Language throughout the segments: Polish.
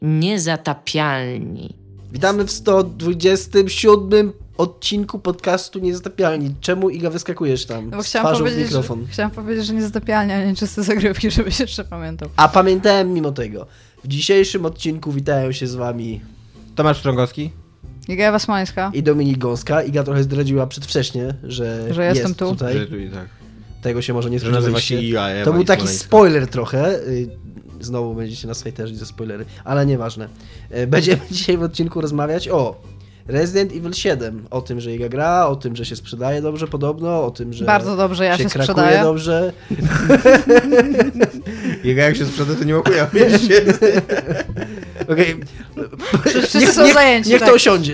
Niezatapialni. Witamy w 127 odcinku podcastu Niezatapialni. Czemu, Iga, wyskakujesz tam Bo z twarzą w mikrofon? Chciałam powiedzieć, że Niezatapialni, a nie czyste zagrywki, żebyś jeszcze pamiętał. A pamiętałem mimo tego. W dzisiejszym odcinku witają się z wami Tomasz Strągowski Iga Ewa Smoleńska i Dominik Gąska. Iga trochę zdradziła przedwcześnie, że jestem jest tu. tutaj. tak. Tego się może nie Że nazywa spodziewaliście. się Iga Ewa To był i taki Smoleńska. spoiler trochę. Znowu będziecie nas hejterzyć za spoilery, ale nieważne. Będziemy dzisiaj w odcinku rozmawiać o Resident Evil 7. O tym, że Iga gra, o tym, że się sprzedaje dobrze podobno, o tym, że Bardzo dobrze, ja się krakuje sprzedaję. dobrze. Jego jak się sprzeda, to nie ma chuja, wiesz się. Okej. Wszyscy są zajęci. Niech tak. to osiądzie.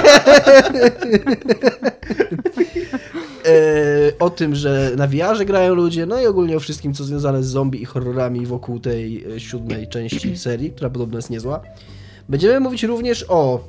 O tym, że na VR-ze grają ludzie, no i ogólnie o wszystkim, co związane z zombie i horrorami wokół tej 7. części serii, która podobno jest niezła. Będziemy mówić również o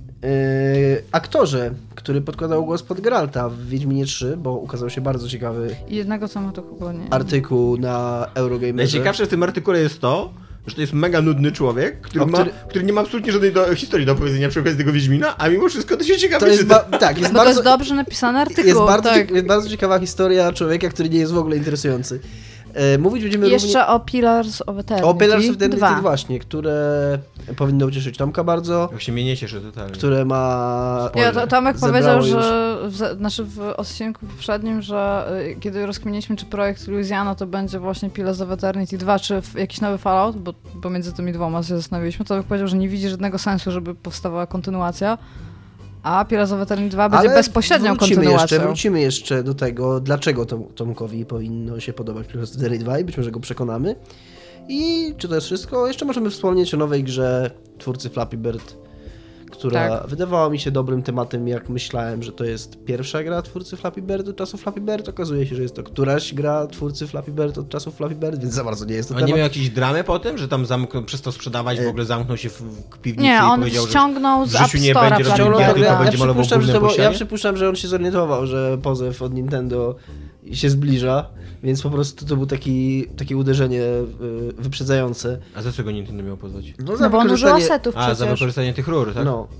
aktorze, który podkładał głos pod Geralta w Wiedźminie 3, bo ukazał się bardzo ciekawy I jednego tematu chyba nie. artykuł na Eurogamerze. Najciekawsze w tym artykule jest to, że to jest mega nudny człowiek, który nie ma absolutnie żadnej historii do opowiedzenia przy okazji tego Wiedźmina, a mimo wszystko to się ciekawie To jest, czyta. jest Bo bardzo... to jest dobrze napisany artykuł. Jest bardzo ciekawa historia człowieka, który nie jest w ogóle interesujący. Mówić będziemy Jeszcze o Pillars of Eternity. o Pillars of Eternity 2. właśnie, które powinno ucieszyć Tomka bardzo, Jak się mnie nie cieszy totalnie. które ma... Tomek zebrało powiedział, już- że w odcinku poprzednim, że kiedy rozkminiliśmy, czy projekt Louisiana to będzie właśnie Pillars of Eternity 2, czy jakiś nowy Fallout, bo między tymi dwoma się zastanawialiśmy, to powiedział, że nie widzi żadnego sensu, żeby powstawała kontynuacja, a Pillars of Eternity 2 będzie Ale bezpośrednią kontynuacją. Wrócimy jeszcze do tego, dlaczego Tomkowi powinno się podobać Pillars of Eternity 2 i być może go przekonamy. I czy to jest wszystko? Jeszcze możemy wspomnieć o nowej grze twórcy Flappy Bird, która wydawała mi się dobrym tematem, jak myślałem, że to jest pierwsza gra twórcy Flappy Bird od czasów Flappy Bird. Okazuje się, że jest to któraś gra twórcy Flappy Bird od czasów Flappy Bird, więc za bardzo nie jest to On temat. nie miał jakiejś dramy po tym, że tam przestał sprzedawać, w ogóle zamknął się w piwnicy Nie, i on powiedział, ściągnął że z w App życiu nie Store'a będzie robił prawda? gier, tylko będzie malował gównem po ja ścianie? przypuszczam, że on się zorientował, że pozew od Nintendo się zbliża, więc po prostu to był takie uderzenie wyprzedzające. A za co go Nintendo miał pozwać? No bo on użył asetów A, za przecież. wykorzystanie tych rur, tak? No.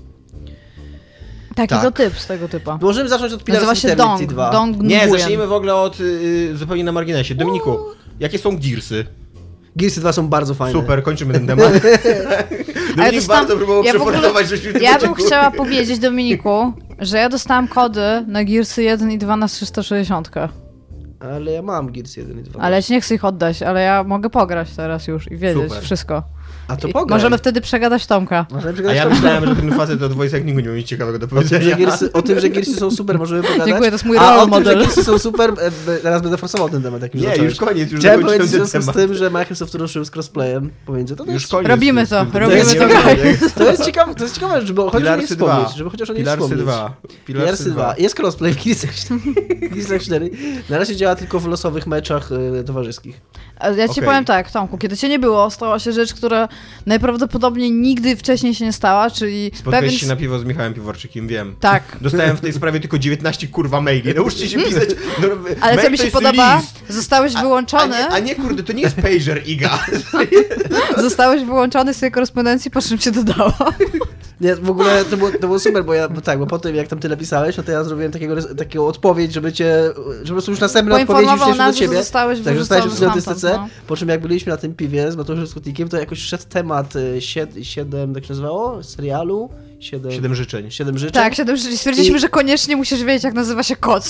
Taki tak. to typ z tego typa. Możemy zacząć od Pillars Nazywa of się Eternity 2. Dong Nie, Nguyen. zacznijmy w ogóle od zupełnie na marginesie. Dominiku, jakie są Gearsy? Gearsy 2 są bardzo fajne. Super, kończymy ten temat. Dominik bardzo próbował przeforsować, żeśmy w tym Ja bym odcinku- chciała powiedzieć, Dominiku, że ja dostałam kody na Gearsy 1 i 2 na 360. Ale ja mam Gears 1 i 2. Ale ja ci nie chcę ich oddać, ale ja mogę pograć teraz już i wiedzieć Super. wszystko. A to I pograj. możemy wtedy przegadać Tomka. Możemy A ja przegadać myślałem, że ten facet od voice actingu nie ma nic ciekawego do powiedzenia. o tym, że Gearsy są super, możemy pogadać. Dziękuję, to jest mój A role o tym, że model. Gearsy są super, teraz będę forsował ten temat, jak już Nie, zacząłeś. już koniec, już Chciałem zakończyłem powiedzieć w ten związku z temat. tym, że Microsoft ruszył z crossplayem pomiędzy. To Już jest, koniec. Robimy to, robimy jest to. ciekawe. To jest ciekawe, żeby chociaż o niej Pilarsy 2. wspomnieć, żeby chociaż o niej Pilarsy wspomnieć. 2. Pilarsy 2. Jest crossplay w Gearsach 4. Na razie działa tylko w losowych meczach towarzyskich. A ja ci Okej. powiem tak, Tomku, kiedy cię nie było, stała się rzecz, która najprawdopodobniej nigdy wcześniej się nie stała, czyli Spotkałeś się na piwo z Michałem Piworczykiem, wiem. Tak. Dostałem w tej sprawie tylko 19 kurwa maili. Nauczcie się pisać. No, Ale co mail mi to się jest podoba, list. zostałeś wyłączony, A nie, kurde, to nie jest pager, Iga. zostałeś wyłączony z tej korespondencji, po czym cię dodało. Nie, w ogóle to było super, bo po tym jak tam tyle pisałeś, no to ja zrobiłem taką odpowiedź, żeby po prostu już następne odpowiedzi Poinformował wzięliśmy do nas, że ciebie. zostałeś Tak, zostałeś wyrzucony usunięty z stamtąd, TC, no. po czym jak byliśmy na tym piwie z Mateuszem Skutnikiem, to jakoś szedł temat 7, tak się nazywało? Serialu? 7 życzeń. 7 życzeń. Tak, stwierdziliśmy, że koniecznie musisz wiedzieć, jak nazywa się kot.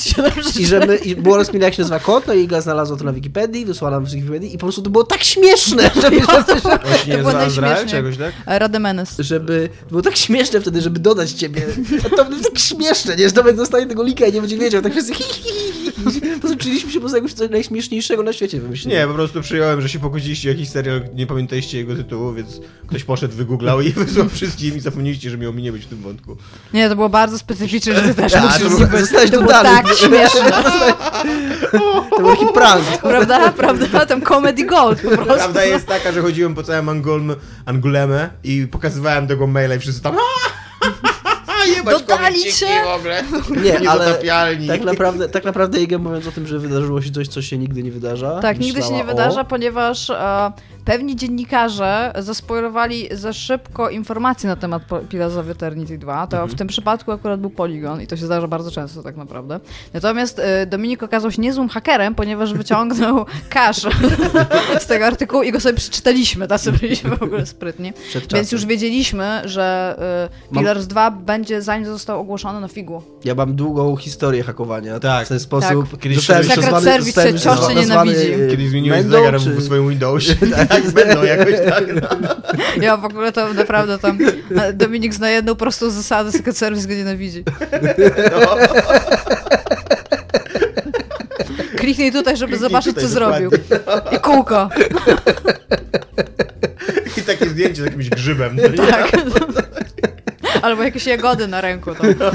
I było rozkminione, jak się nazywa kot, no i Iga znalazła to na Wikipedii, wysłała nam w Wikipedii i po prostu to było tak śmieszne, On się nie było nazywa Azrael, najśmieszniej. czy jakoś tak? Rademenes. żeby było tak śmieszne wtedy, żeby dodać ciebie. A to było tak śmieszne, nie? Że Tomek dostanie tego linka i nie będzie wiedział. Tak wszyscy po prostu czuliśmy się po prostu jakiegoś coś najśmieszniejszego na świecie wymyślili. Nie, po prostu przyjąłem, że się pokłóciliście jakiś serial, nie pamiętaliście jego tytułu, więc ktoś poszedł, wygooglał i wysłał wszystkim i zapomnieliście, że miało mi nie być w tym wątku. Nie, to było bardzo specyficzne, że ty też A, musisz to zrobić. zostałeś To było dodany. tak śmieszne. To był taki prank. Prawda? Tam comedy gold po prostu. Prawda jest taka, że chodziłem po całym Angulemę i pokazywałem tego maila i wszyscy tam jebać Dodali komiciki cię? w ogóle. Nie, ale Niezatapialni. tak naprawdę Iga mówiąc o tym, że wydarzyło się coś, co się nigdy nie wydarza. Tak, nigdy się nie myślała wydarza, ponieważ pewni dziennikarze zaspoilowali za szybko informacje na temat Pillars of Eternity 2. To w tym przypadku akurat był Polygon i to się zdarza bardzo często tak naprawdę. Natomiast Dominik okazał się niezłym hakerem, ponieważ wyciągnął cache z tego artykułu i go sobie przeczytaliśmy. Tacy byliśmy w ogóle sprytni. Więc już wiedzieliśmy, że Pillars 2 będzie, zanim został ogłoszony na figu. Ja mam długą historię hakowania. Tak. W ten sposób. Tak. Secret Service się ciągle nienawidzi. Kiedyś zmieniłeś zegar w swoim Windowsie. Tak, będą jakoś tak. Ja w ogóle to naprawdę tam Dominik zna jedną prostą zasadę, Secret Service go nienawidzi. No. Kliknij tutaj, żeby zobaczyć, co zrobił. I kółko. I takie zdjęcie z jakimś grzybem. Tak. Albo jakieś jagody na ręku.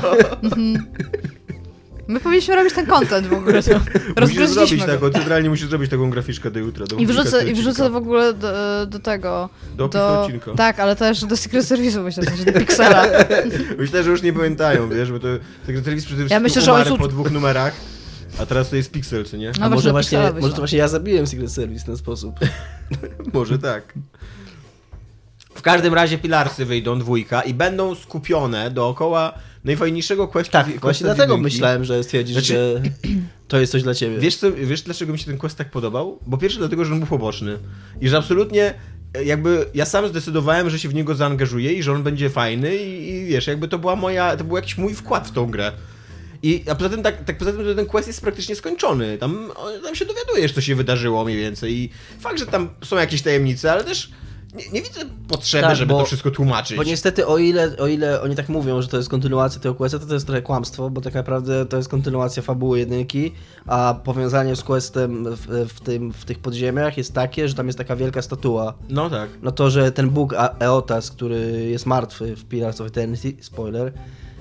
My powinniśmy robić ten content w ogóle. Musisz zrobić taką, centralnie musisz zrobić taką graficzkę do jutra. I wrzucę w ogóle do tego. Do opisu odcinka. Tak, ale też do Secret Service'u myślę, do Pixela. Myślę, że już nie pamiętają, wiesz, bo to Secret Service przede wszystkim myślę, że po 2 numerach, a teraz to jest Pixel, czy nie? No może to właśnie ja zabiłem Secret Service w ten sposób. Może tak. W każdym razie Pillarsy wyjdą 2 i będą skupione dookoła najfajniejszego questa. Tak, właśnie dlatego myślałem, że stwierdzisz, że to jest coś dla ciebie. Wiesz, dlaczego mi się ten quest tak podobał? Bo pierwsze dlatego, że on był poboczny. I że absolutnie jakby ja sam zdecydowałem, że się w niego zaangażuję i że on będzie fajny i wiesz, jakby to był jakiś mój wkład w tą grę. A poza tym, poza tym ten quest jest praktycznie skończony. Tam się dowiadujesz, co się wydarzyło mniej więcej. I fakt, że tam są jakieś tajemnice, ale też nie widzę potrzeby, żeby to wszystko tłumaczyć. Bo niestety o ile oni tak mówią, że to jest kontynuacja tego questa, to jest trochę kłamstwo, bo tak naprawdę to jest kontynuacja fabuły 1, a powiązanie z questem w tych podziemiach jest takie, że tam jest taka wielka statua. No tak. No to, że ten Bóg Eotas, który jest martwy w Pillars of Eternity, spoiler,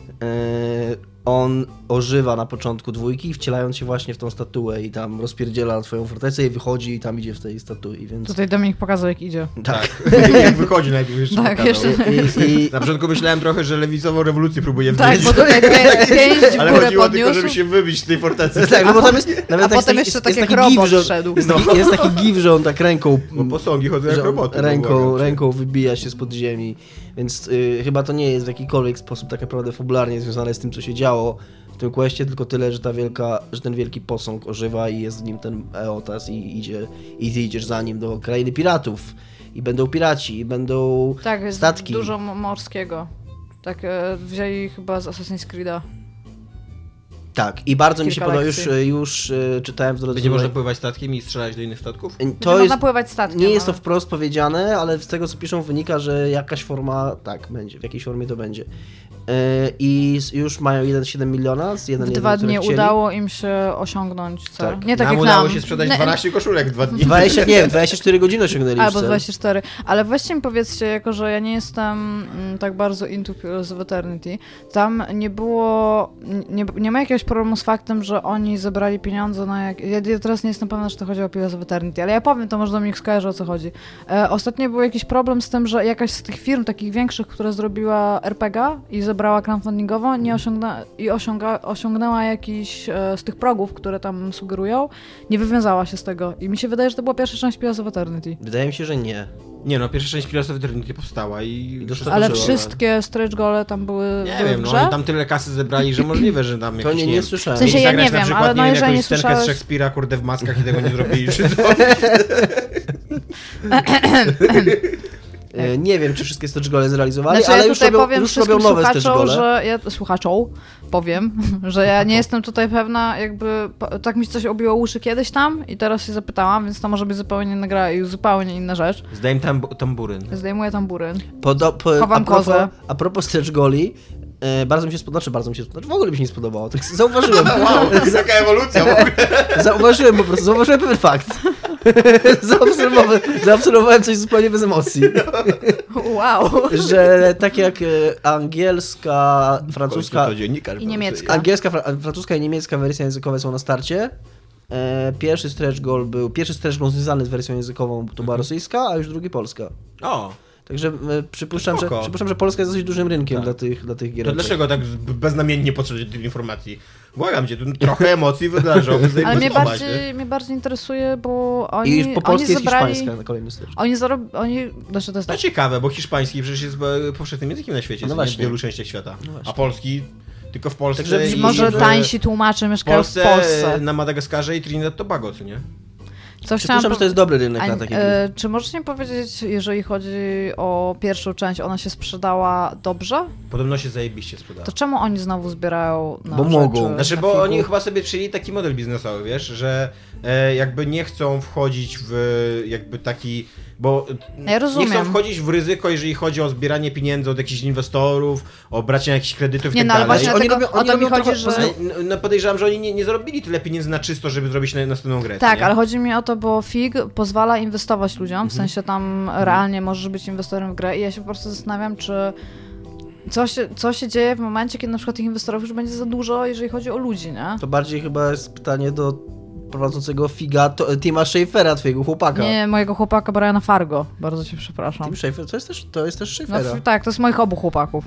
on ożywa na początku 2, wcielając się właśnie w tą statuę i tam rozpierdziela swoją fortecę i wychodzi i tam idzie w tej statui, więc... Tutaj Dominik pokazał, jak idzie. Tak. Jak wychodzi najpierw jeszcze. Tak, jeszcze... Na początku myślałem trochę, że lewicową rewolucję próbuje wnieść. Tak, bo tutaj pięść w ale górę chodziło podniósł. tylko, żeby się wybić z tej fortecy. Tak, no bo tam jest... A potem jeszcze tak jak robot szedł. Jest taki gif, że on tak ręką... Bo posągi chodzą jak roboty. Ręką wybija się spod ziemi, więc chyba to nie jest w jakikolwiek sposób tak naprawdę fabularnie związane z tym, co się działo w tym questie, tylko tyle, że ten wielki posąg ożywa i jest w nim ten Eotas i idziesz za nim do krainy piratów i będą piraci, i będą statki. Tak, dużo morskiego. Tak wzięli chyba z Assassin's Creed'a. Tak, i bardzo mi się podoba, już czytałem w drodze... Będzie można pływać statkiem i strzelać do innych statków? Można pływać statkiem. Nie jest to wprost powiedziane, ale z tego, co piszą, wynika, że jakaś forma, będzie, w jakiejś formie to będzie. I już mają 1,7 miliona z 1,1, w 2 dni udało im się osiągnąć cel. Tak. Nie tak jak udało się sprzedać 12 koszulek w 2 dni. 24 godziny osiągnęli albo cel. 24. Ale weźcie mi powiedzcie, jako że ja nie jestem tak bardzo into Pillars of Eternity, tam nie było, nie ma jakiegoś problemu z faktem, że oni zebrali pieniądze na ja teraz nie jestem pewna, czy to chodzi o Pillars of Eternity, ale ja powiem, to może Dominik skojarzy, o co chodzi. Ostatnio był jakiś problem z tym, że jakaś z tych firm takich większych, która zrobiła RPG i zebrała crowdfundingowo, osiągnęła jakiś z tych progów, które tam sugerują, nie wywiązała się z tego. I mi się wydaje, że to była pierwsza część Pillars of Eternity. Wydaje mi się, że nie. Nie no, pierwsza część Pillars of Eternity powstała i... Ale wszystkie stretch gole tam były w grze? No tam tyle kasy zebrali, że możliwe, że tam jakieś... To nie słyszałem. W sensie ja nie wiem, ale no jeżeli nie słyszałeś... scenkę z Szekspira, kurde, w maskach i tego nie zrobili, czy co? Nie wiem, czy wszystkie stretch gole zrealizowali, znaczy, ale ja już robią nowe stretch gole. Słuchaczom powiem, że ja nie jestem tutaj pewna, jakby tak mi coś obiło uszy kiedyś tam i teraz się zapytałam, więc to może być zupełnie inna gra i zupełnie inna rzecz. Zdejmuję tamburyn. Zdejmuję tamburyn. Chowam kozę. A propos stretch goli, bardzo mi się spodobało, w ogóle mi się nie spodobało, tak zauważyłem. Wow, taka ewolucja w ogóle. Zauważyłem pewien fakt. Zaobserwowałem coś zupełnie bez emocji. Wow. Że tak jak angielska, francuska i niemiecka. Angielska, francuska i niemiecka wersja językowe są na starcie. Pierwszy stretch goal związany z wersją językową, to była rosyjska, a już drugi polska. O. Także przypuszczam, że Polska jest dosyć dużym rynkiem dla tych gier. To dlaczego tak beznamiennie potrzebujesz tych informacji? Błagam cię, tu trochę emocji wydarzyłoby zainwestować. Ale mnie bardziej interesuje, bo I po polsku jest zabrali... hiszpańska na kolejny styczeń. Znaczy to jest To tak... ciekawe, bo hiszpański przecież jest powszechnym językiem na świecie, w wielu częściach świata. A polski tylko w Polsce. Także Być może tańsi tłumacze mieszkają w Polsce. Na Madagaskarze i Trinidad Tobago, co nie? Przypuszczam, że to jest dobry rynek na takie gry. Czy możesz mi powiedzieć, jeżeli chodzi o pierwszą część, ona się sprzedała dobrze? Podobno się zajebiście sprzedała. To czemu oni znowu zbierają na Bo rzeczy, mogą. Znaczy, na bo figu? oni chyba sobie przyjęli taki model biznesowy, wiesz, że jakby nie chcą wchodzić w jakby taki... Bo ja rozumiem. nie chcą wchodzić w ryzyko, jeżeli chodzi o zbieranie pieniędzy od jakichś inwestorów, o branie jakichś kredytów i tak ale dalej. właśnie o to mi chodzi, że... No podejrzewam, że oni nie zarobili tyle pieniędzy na czysto, żeby zrobić następną grę. Tak, nie? ale chodzi mi o to, bo FIG pozwala inwestować ludziom, w sensie tam realnie możesz być inwestorem w grę i ja się po prostu zastanawiam, czy... Co się dzieje w momencie, kiedy na przykład tych inwestorów już będzie za dużo, jeżeli chodzi o ludzi, nie? To bardziej chyba jest pytanie do prowadzącego Figa, Tima Schafera, twojego chłopaka. Nie, mojego chłopaka Briana Fargo. Bardzo cię przepraszam. Tim Schafer, to jest też Schafera. No, tak, to jest moich obu chłopaków.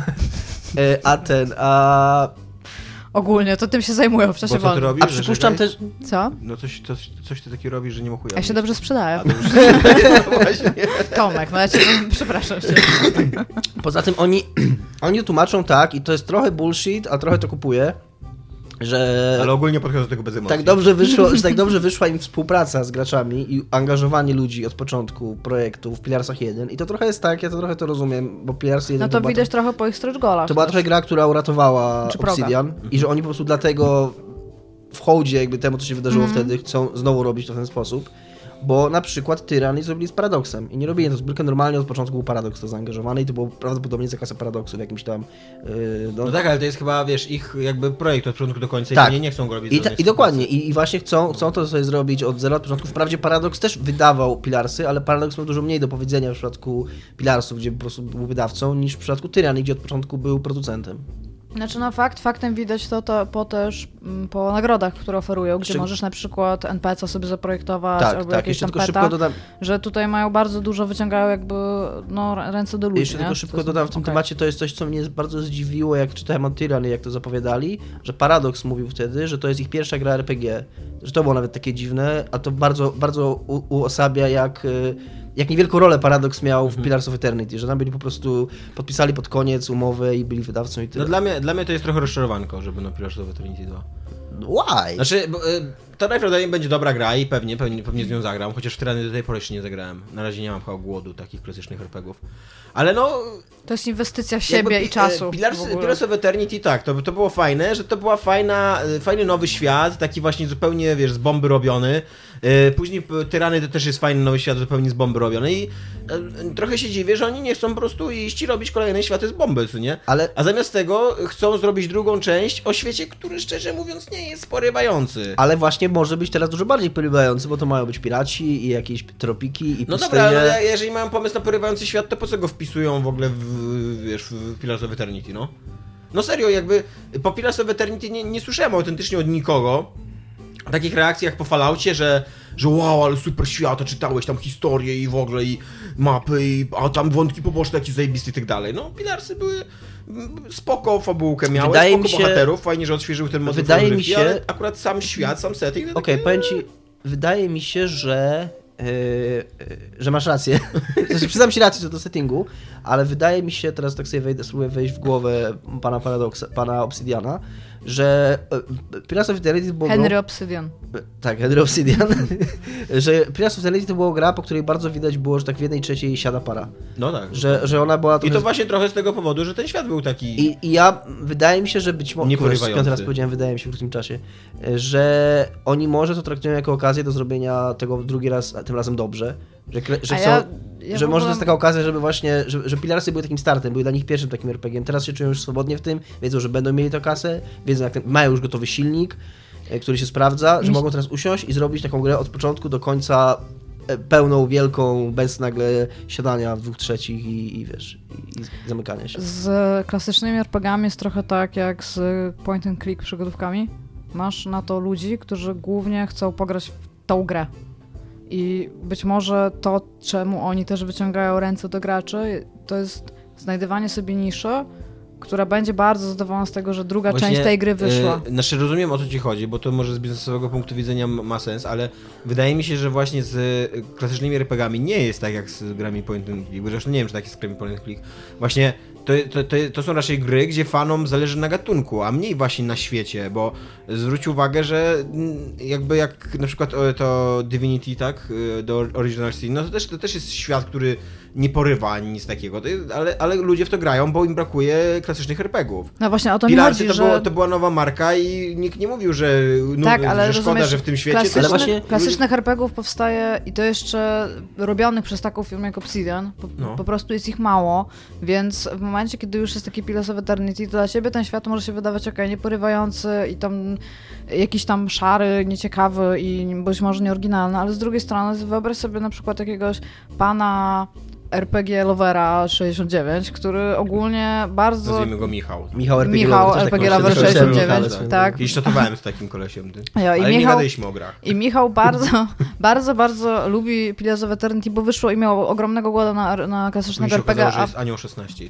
Ogólnie, to tym się zajmują w czasie Bo co ty wolnym. robisz? A przypuszczam też... Co? No coś ty takiego robisz, że nie ma chuja. Ja się dobrze sprzedaję. No właśnie. Tomek, no ja cię przepraszam się. Poza tym oni tłumaczą tak i to jest trochę bullshit, a trochę to kupuję, że Ale ogólnie podchodzę do tego bez emocji. tak dobrze wyszła im współpraca z graczami i angażowanie ludzi od początku projektu w Pillarsach 1 i to trochę jest tak, ja to trochę to rozumiem, bo Pillarsy 1 No to widać trochę po ich stretch goalach. to była trochę gra, która uratowała Obsidian i że oni po prostu dlatego w hołdzie jakby temu, co się wydarzyło wtedy, chcą znowu robić to w ten sposób. Bo na przykład Tyranny zrobili z Paradoxem i nie robili to zbytkę normalnie, od początku był Paradox to zaangażowany i to było prawdopodobnie za kasę Paradoxu w jakimś tam... No tak, ale to jest chyba, wiesz, ich jakby projekt od początku do końca tak. i nie chcą go robić. I dokładnie, i właśnie chcą to sobie zrobić od zera, od początku. Wprawdzie Paradox też wydawał Pillarsy, ale Paradox miał dużo mniej do powiedzenia w przypadku Pillarsów, gdzie po prostu był wydawcą, niż w przypadku Tyranny, gdzie od początku był producentem. Znaczy no faktem widać to po nagrodach, które oferują, gdzie możesz na przykład NPC sobie zaprojektować albo jakieś tam peta, że tutaj mają bardzo dużo, wyciągają jakby ręce do ludzi. Jeszcze tylko szybko dodam w tym temacie, to jest coś, co mnie bardzo zdziwiło, jak czytałem o Tyranny, jak to zapowiadali, że Paradox mówił wtedy, że to jest ich pierwsza gra RPG, że to było nawet takie dziwne, a to bardzo, bardzo uosabia jak niewielką rolę Paradox miał w Pillars of Eternity, że tam byli po prostu, podpisali pod koniec umowę i byli wydawcą i tyle. No dla mnie to jest trochę rozczarowanko, żeby na Pillars of Eternity 2. Why? Znaczy, to najprawdopodobniej będzie dobra gra i pewnie z nią zagram, chociaż w Tyranny do tej pory jeszcze nie zagrałem. Na razie nie mam chyba głodu takich klasycznych RPGów. Ale no... To jest inwestycja w siebie i czasu. Pillars of Eternity, tak, to było fajne, że to była fajny nowy świat, taki właśnie zupełnie, wiesz, z bomby robiony. Później Tyranny to też jest fajny nowy świat, zupełnie z bomby robiony i trochę się dziwię, że oni nie chcą po prostu iść i robić kolejne światy z bomby, co nie? A zamiast tego chcą zrobić drugą część o świecie, który szczerze mówiąc nie jest porywający. Ale właśnie może być teraz dużo bardziej porywający, bo to mają być piraci i jakieś tropiki i no pustynie. dobra, no, jeżeli mają pomysł na porywający świat, to po co go wpisują w ogóle w Pillars of Eternity, no? No serio, jakby po Pillars of Eternity nie słyszałem autentycznie od nikogo takich reakcji jak po Falloutie, że wow, ale super świata, czytałeś tam historię i w ogóle i mapy, a tam wątki poboczne jakieś zajebiste i tak dalej. No, Pillarsy były spoko, fabułkę miały, bohaterów, fajnie, że odświeżył ten motyw rozgrywki, ale akurat sam świat, sam setting... Okej, powiem ci, wydaje mi się, że masz rację. Znaczy, przyznam ci rację co do settingu, ale wydaje mi się, teraz tak sobie spróbuję wejść w głowę pana Paradoxa, pana Obsidiana, że Pillars of Eternity było... Henry Obsidian. Tak, Henry Obsidian. Że Pillars of Eternity to była gra, po której bardzo widać było, że tak w 1/3 siada para. No tak. Że ona była... I to właśnie trochę z tego powodu, że ten świat był taki... I ja, wydaje mi się, że być może... Nieporywający. Teraz powiedziałem, wydaje mi się w krótkim czasie, że oni może to traktują jako okazję do zrobienia tego drugi raz, tym razem dobrze. Że może to jest taka okazja, żeby właśnie, że Pillarsy były takim startem, były dla nich pierwszym takim RPG-iem. Teraz się czują już swobodnie w tym, wiedzą, że będą mieli tę kasę, wiedzą, mają już gotowy silnik, który się sprawdza, że mogą teraz usiąść i zrobić taką grę od początku do końca pełną, wielką, bez nagle siadania w 2/3 i zamykania się. Z klasycznymi RPGami jest trochę tak jak z point and click przygodówkami. Masz na to ludzi, którzy głównie chcą pograć w tą grę. I być może to, czemu oni też wyciągają ręce do graczy, to jest znajdywanie sobie niszy, która będzie bardzo zadowolona z tego, że druga część tej gry wyszła. Znaczy rozumiem, o co ci chodzi, bo to może z biznesowego punktu widzenia ma sens, ale wydaje mi się, że właśnie z klasycznymi RPG-ami nie jest tak jak z grami point and click, bo zresztą nie wiem, czy tak jest z grami point and click. Właśnie to są raczej gry, gdzie fanom zależy na gatunku, a mniej właśnie na świecie, bo zwróć uwagę, że jakby jak na przykład to Divinity, tak, do Original Sin, no to też jest świat, który nie porywa ani nic takiego, ale ludzie w to grają, bo im brakuje klasycznych RPGów. No właśnie o to Pilarsy mi chodzi, to była nowa marka i nikt nie mówił, że, tak, ale że szkoda, że w tym świecie... Klasycznych RPGów powstaje i to jeszcze robionych przez taką firmę jak Obsidian, po prostu jest ich mało, więc w momencie, kiedy już jest taki Pillars of Eternity, to dla ciebie ten świat może się wydawać nieporywający i tam jakiś tam szary, nieciekawy i być może nieoryginalny, ale z drugiej strony wyobraź sobie na przykład jakiegoś pana RPG Lovera 69, który ogólnie bardzo... Nazwijmy go Michał. Michał RPG Lover 69, tak. Kiedyś czatowałem z takim kolesiem, ale nie gadaliśmy o grach. I Michał bardzo lubi Pillars of Eternity, bo wyszło i miał ogromnego głodu na klasycznego RPG, okazało, że jest Anioł 16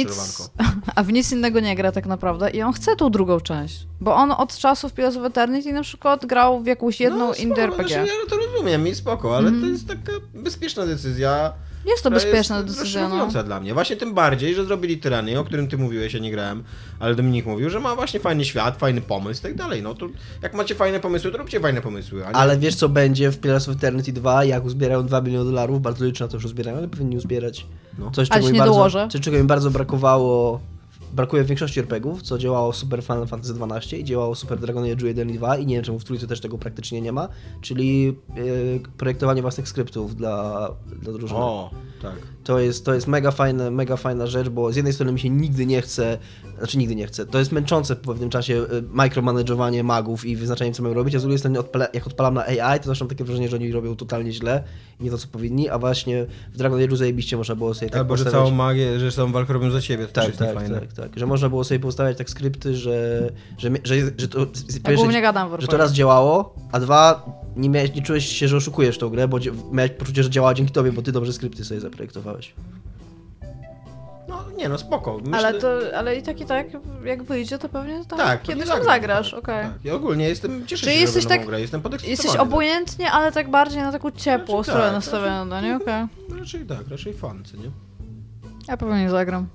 a w nic innego nie gra tak naprawdę i on chce tą drugą część, bo on od czasów Pillars of Eternity na przykład grał w jakąś jedną indie RPG. Znaczy, ja to rozumiem i spoko, ale to jest taka bezpieczna decyzja. Jest to bezpieczna decyzja. No. Dla mnie. Właśnie tym bardziej, że zrobili Tyranię, o którym ty mówiłeś, ja nie grałem, ale Dominik mówił, że ma właśnie fajny świat, fajny pomysł i tak dalej. No to jak macie fajne pomysły, to róbcie fajne pomysły. A nie... Ale wiesz co będzie w Pillars of Eternity 2, jak uzbierają $2 miliony, bardzo liczę na to, że uzbierają, ale powinni uzbierać. No. Coś, czego mi bardzo brakuje w większości RPGów, co działało super Final Fantasy XII i działało super Dragon Age 1 i 2 i nie wiem czemu w trójce też tego praktycznie nie ma, czyli projektowanie własnych skryptów dla drużyny. O, tak. To jest mega fajna rzecz, bo z jednej strony mi się nigdy nie chce, to jest męczące po pewnym czasie micromanage'owanie magów i wyznaczanie co mają robić, a z drugiej strony jak odpalam na AI, to zawsze mam takie wrażenie, że oni robią totalnie źle i nie to co powinni, a właśnie w Dragon Age'u zajebiście można było sobie tak albo postawiać... że całą magię, że całą walkę robią za ciebie, to też jest fajne. Tak, że można było sobie postawiać tak skrypty, że to... nie gadam że to raz działało, a dwa nie czułeś się, że oszukujesz tą grę, bo miałeś poczucie, że działała dzięki tobie, bo ty dobrze skrypty sobie zaprojektowałeś. No spoko. Myślę... Ale i tak, jak wyjdzie, to pewnie kiedyś tam zagrasz, okej. Tak. Ja ogólnie cieszę się, że jesteś nową grę, jestem podekscytowany. Jesteś obojętnie, ale tak bardziej na taką ciepłą stronę nastawiona, nie? Okej. Raczej fan, co nie? Ja pewnie nie zagram.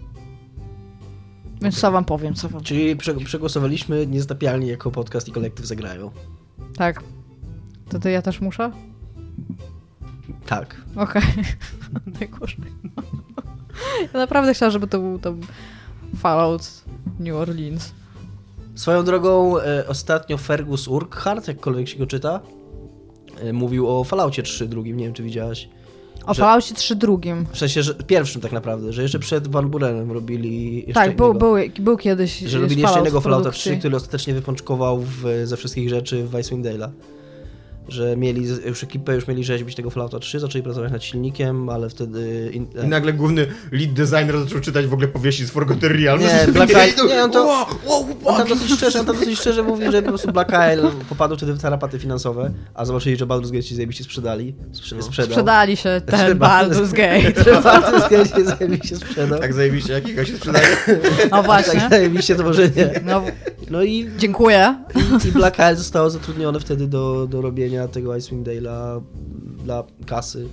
Więc co wam powiem. Czyli przegłosowaliśmy Niezatapialni jako podcast i kolektyw zagrają. Tak. To ja też muszę? Tak. Okej. Najgorzej. Ja naprawdę chciałam, żeby to był tam Fallout New Orleans. Swoją drogą ostatnio Fergus Urquhart, jakkolwiek się go czyta, mówił o Falloutie 3 drugim, nie wiem czy widziałaś. O Falloutie 3 drugim. W sensie, że pierwszym tak naprawdę, że jeszcze przed Van Burenem robili jeszcze tak, był kiedyś. Że robili jeszcze innego Fallouta 3, który ostatecznie wypączkował ze wszystkich rzeczy w Icewind Dale'a. Że mieli już ekipę, już mieli rzeźbić tego Fallouta 3, zaczęli pracować nad silnikiem, ale wtedy... I nagle główny lead designer zaczął czytać w ogóle powieści z Forgotten Realms. Nie, Black Isle... On tam dosyć szczerze mówi, że po prostu Black Isle popadł wtedy w tarapaty finansowe, a zobaczyli, że Baldur's Gate się zajebiście sprzedali. Sprzedali się ten Baldur's Gate. Baldur's Gate się zajebiście sprzedał. Tak zajebiście, jakiego się sprzedaje? No właśnie. Tak zajebiście to może nie. No i... Dziękuję. I Black Isle zostało zatrudnione wtedy do robienia tego Icewind Dale'a dla kasy.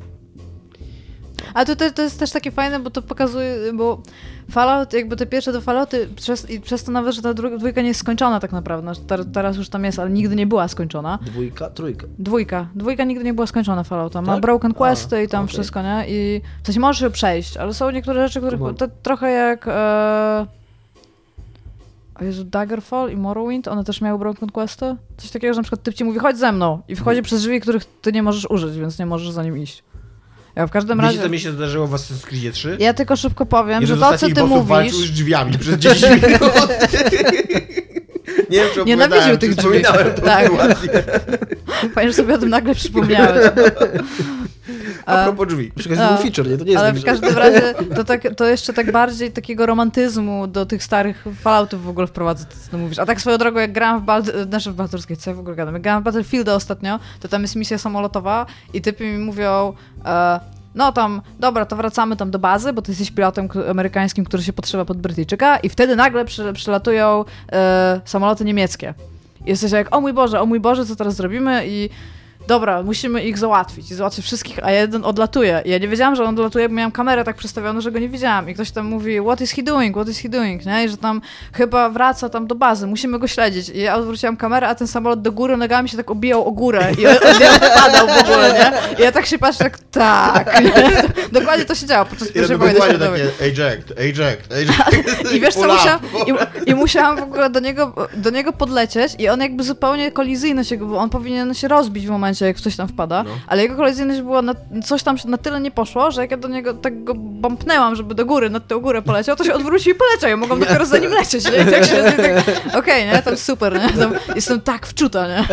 Ale to jest też takie fajne, bo to pokazuje, bo Fallout, jakby te pierwsze do Fallouty, przez to nawet, że ta dwójka nie jest skończona tak naprawdę. Teraz już tam jest, ale nigdy nie była skończona. Dwójka nigdy nie była skończona Fallouta. Ma Broken Questy i tam wszystko, nie? I w sensie możesz ją przejść, ale są niektóre rzeczy, które trochę jak... O Jezu, Daggerfall i Morrowind, one też miały Broken Questy? Coś takiego, że na przykład typ ci mówi, chodź ze mną i wchodzi przez drzwi, których ty nie możesz użyć, więc nie możesz za nim iść. Ja w każdym razie... Wiecie, co mi się zdarzyło w Assassin's Creed 3? Ja tylko szybko powiem, że to, co ty mówisz... walczył z drzwiami przez 10 minut. Nie wiem, czy nienawidził tych drzwi. Tak. Fajnie, że sobie o tym nagle przypomniałeś. A propos drzwi. Przecież to był feature, nie? To nie jest ale tak, w każdym razie to jeszcze tak bardziej takiego romantyzmu do tych starych Falloutów w ogóle wprowadza, to co ty mówisz. A tak swoją drogą, jak grałam w Baldur's Gate, co ja w ogóle gadam, jak grałam w Battlefielda ostatnio, to tam jest misja samolotowa i typy mi mówią, no tam, dobra, to wracamy tam do bazy, bo ty jesteś pilotem amerykańskim, który się podszywa pod Brytyjczyka i wtedy nagle przylatują samoloty niemieckie. I jesteś jak, o mój Boże, co teraz zrobimy? I dobra, musimy ich załatwić. I załatwić wszystkich, a jeden odlatuje. I ja nie wiedziałam, że on odlatuje, bo miałam kamerę tak przestawioną, że go nie widziałam. I ktoś tam mówi, what is he doing, nie? I że tam chyba wraca tam do bazy, musimy go śledzić. I ja odwróciłam kamerę, a ten samolot do góry nogami się tak obijał o górę. I on nie padał w ogóle, nie? I ja tak się patrzę, tak. Dokładnie to się działo podczas pierwszej wojny światowej. Eject. I wiesz co, musiałam w ogóle do niego podlecieć i on jakby zupełnie kolizyjność, bo on powinien się rozbić w momencie, jak coś tam wpada, ale jego kolizyjność była, coś tam na tyle nie poszło, że jak ja do niego tak go bumpnęłam, żeby do góry, nad tę górę poleciał, to się odwrócił i poleciał. Ja mogłam dopiero za nim lecieć, nie? Tak się, okej, nie? To super, nie? Tam jestem tak wczuta, nie?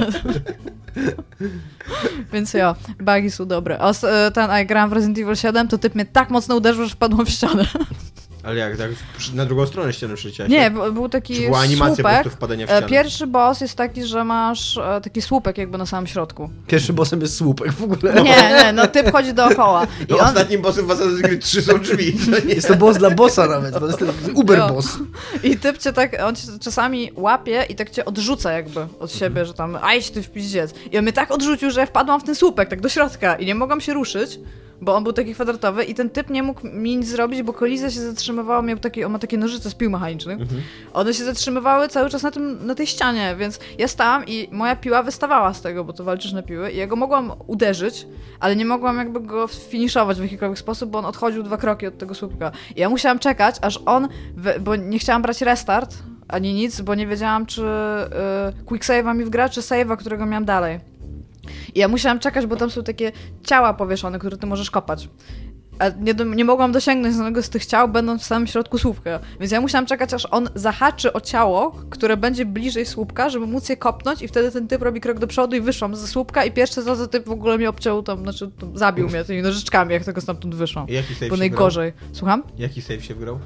Więc ja, bugi są dobre. Jak grałam w Resident Evil 7, to typ mnie tak mocno uderzył, że wpadłam w ścianę. Ale jak, tak na drugą stronę ściany przyciąłeś? Nie, był taki Czy była animacja słupek. po prostu wpadania w ścianę? Pierwszy boss jest taki, że masz taki słupek jakby na samym środku. Pierwszym bossem jest słupek w ogóle. Nie, no typ chodzi dookoła. I ostatnim bossem w Assassin's Creed 3 są drzwi. Jest to boss dla bossa nawet, to jest ten Uber boss. I typ cię tak, on cię czasami łapie i tak cię odrzuca jakby od siebie, że tam, a idź ty w piździec. I on mnie tak odrzucił, że ja wpadłam w ten słupek, tak do środka i nie mogłam się ruszyć, bo on był taki kwadratowy i ten typ nie mógł mi nic zrobić, bo kolizja się zatrzymywała, on ma takie nożyce z pił mechanicznych. One się zatrzymywały cały czas na tej ścianie, więc ja stałam i moja piła wystawała z tego, bo to walczysz na piły i ja go mogłam uderzyć, ale nie mogłam jakby go finiszować w jakikolwiek sposób, bo on odchodził 2 kroki od tego słupka. I ja musiałam czekać, aż on, bo nie chciałam brać restart, ani nic, bo nie wiedziałam, czy quick save'a mi wgra, czy save'a, którego miałam dalej. I ja musiałam czekać, bo tam są takie ciała powieszone, które ty możesz kopać. A nie mogłam dosięgnąć żadnego z tych ciał, będąc w samym środku słupka. Więc ja musiałam czekać, aż on zahaczy o ciało, które będzie bliżej słupka, żeby móc je kopnąć i wtedy ten typ robi krok do przodu i wyszłam ze słupka i pierwszy raz typ w ogóle mnie obciął tam, zabił mnie tymi nożyczkami, jak tego stamtąd wyszłam. Jaki save bo się najgorzej. Wgrał? Słucham? Jaki save się wgrał?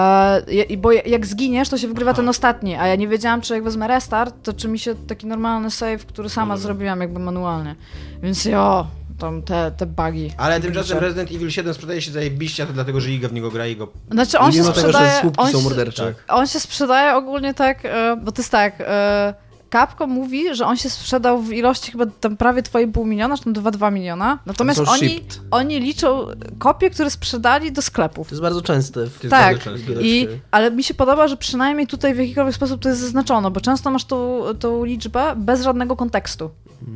Bo jak zginiesz, to się wygrywa ten ostatni, a ja nie wiedziałam, czy jak wezmę restart, to czy mi się taki normalny save, który sama zrobiłam jakby manualnie. Więc tam te bugi. Ale tymczasem Resident Evil 7 sprzedaje się zajebiście, to dlatego, że Iga w niego gra i go... Znaczy on się sprzedaje... tego, że słupki są mordercze. On się sprzedaje ogólnie tak, bo to jest tak... Capcom mówi, że on się sprzedał w ilości chyba tam prawie 2,5 miliona, czy tam 2,2 miliona. Natomiast oni liczą kopie, które sprzedali do sklepów. To jest bardzo częste. Tak, ale mi się podoba, że przynajmniej tutaj w jakikolwiek sposób to jest zaznaczone, bo często masz tą liczbę bez żadnego kontekstu.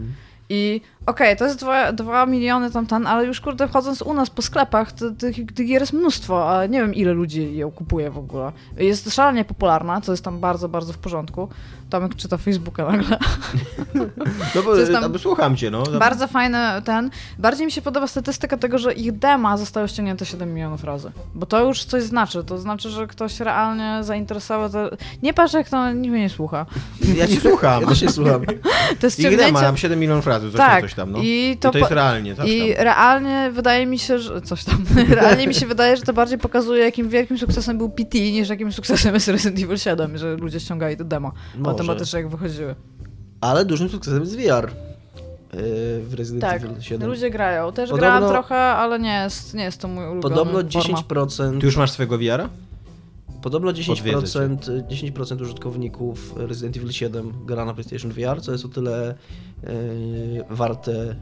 I to jest 2 miliony ale już kurde wchodząc u nas po sklepach, tych gier jest mnóstwo, a nie wiem ile ludzi ją kupuje w ogóle. Jest szalenie popularna, co jest tam bardzo, bardzo w porządku. Tomek czyta Facebooka nagle. No bo słucham cię, no. Bardzo fajny Bardziej mi się podoba statystyka tego, że ich dema zostało ściągnięte 7 milionów razy. Bo to już coś znaczy. To znaczy, że ktoś realnie zainteresował to... Nie patrz, jak to nikt mnie nie słucha. Ja cię słucham. Ja też się słucham. To jest ściągnięcie... Ich dema tam 7 milionów razy, coś tam, no. I to jest realnie. Realnie wydaje mi się, że... Realnie mi się wydaje, że to bardziej pokazuje, jakim wielkim sukcesem był PT, niż jakim sukcesem jest Resident Evil 7, że ludzie ściągali to demo. Automatycznie jak wychodziły. Ale dużym sukcesem jest VR w Resident Evil 7. Tak, ludzie grają. Też grałam trochę, ale nie jest to mój ulubiony Podobno 10%... Ty już masz swojego VR-a? Podobno 10% użytkowników Resident Evil 7 gra na PlayStation VR, co jest o tyle warte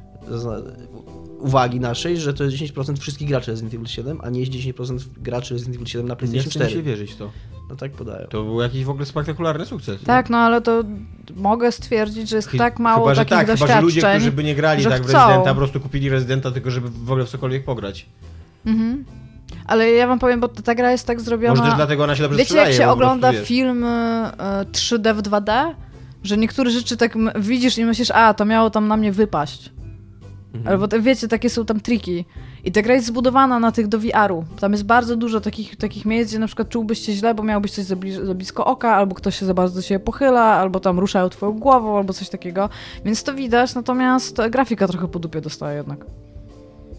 uwagi naszej, że to jest 10% wszystkich graczy Resident Evil 7, a nie jest 10% graczy Resident Evil 7 na PlayStation 4. Nie chcę mi się wierzyć w to. No tak podają. To był jakiś w ogóle spektakularny sukces. Tak, no ale to mogę stwierdzić, że jest tak mało takich doświadczeń, chyba, że ludzie, którzy by nie grali tak w chcą. Residenta, po prostu kupili Residenta tylko, żeby w ogóle w cokolwiek pograć. Mhm. Ale ja wam powiem, bo ta gra jest tak zrobiona... Może też dlatego ona się dobrze sprzedaje. Wiecie, jak się ogląda film 3D w 2D? Że niektóre rzeczy tak widzisz i myślisz, to miało tam na mnie wypaść. Albo wiecie, takie są tam triki. I ta gra jest zbudowana na tych do VR-u. Tam jest bardzo dużo takich miejsc, gdzie na przykład czułbyś się źle, bo miałbyś coś za blisko oka, albo ktoś się za bardzo do ciebie pochyla, albo tam ruszają twoją głową, albo coś takiego. Więc to widać, natomiast grafika trochę po dupie dostaje jednak.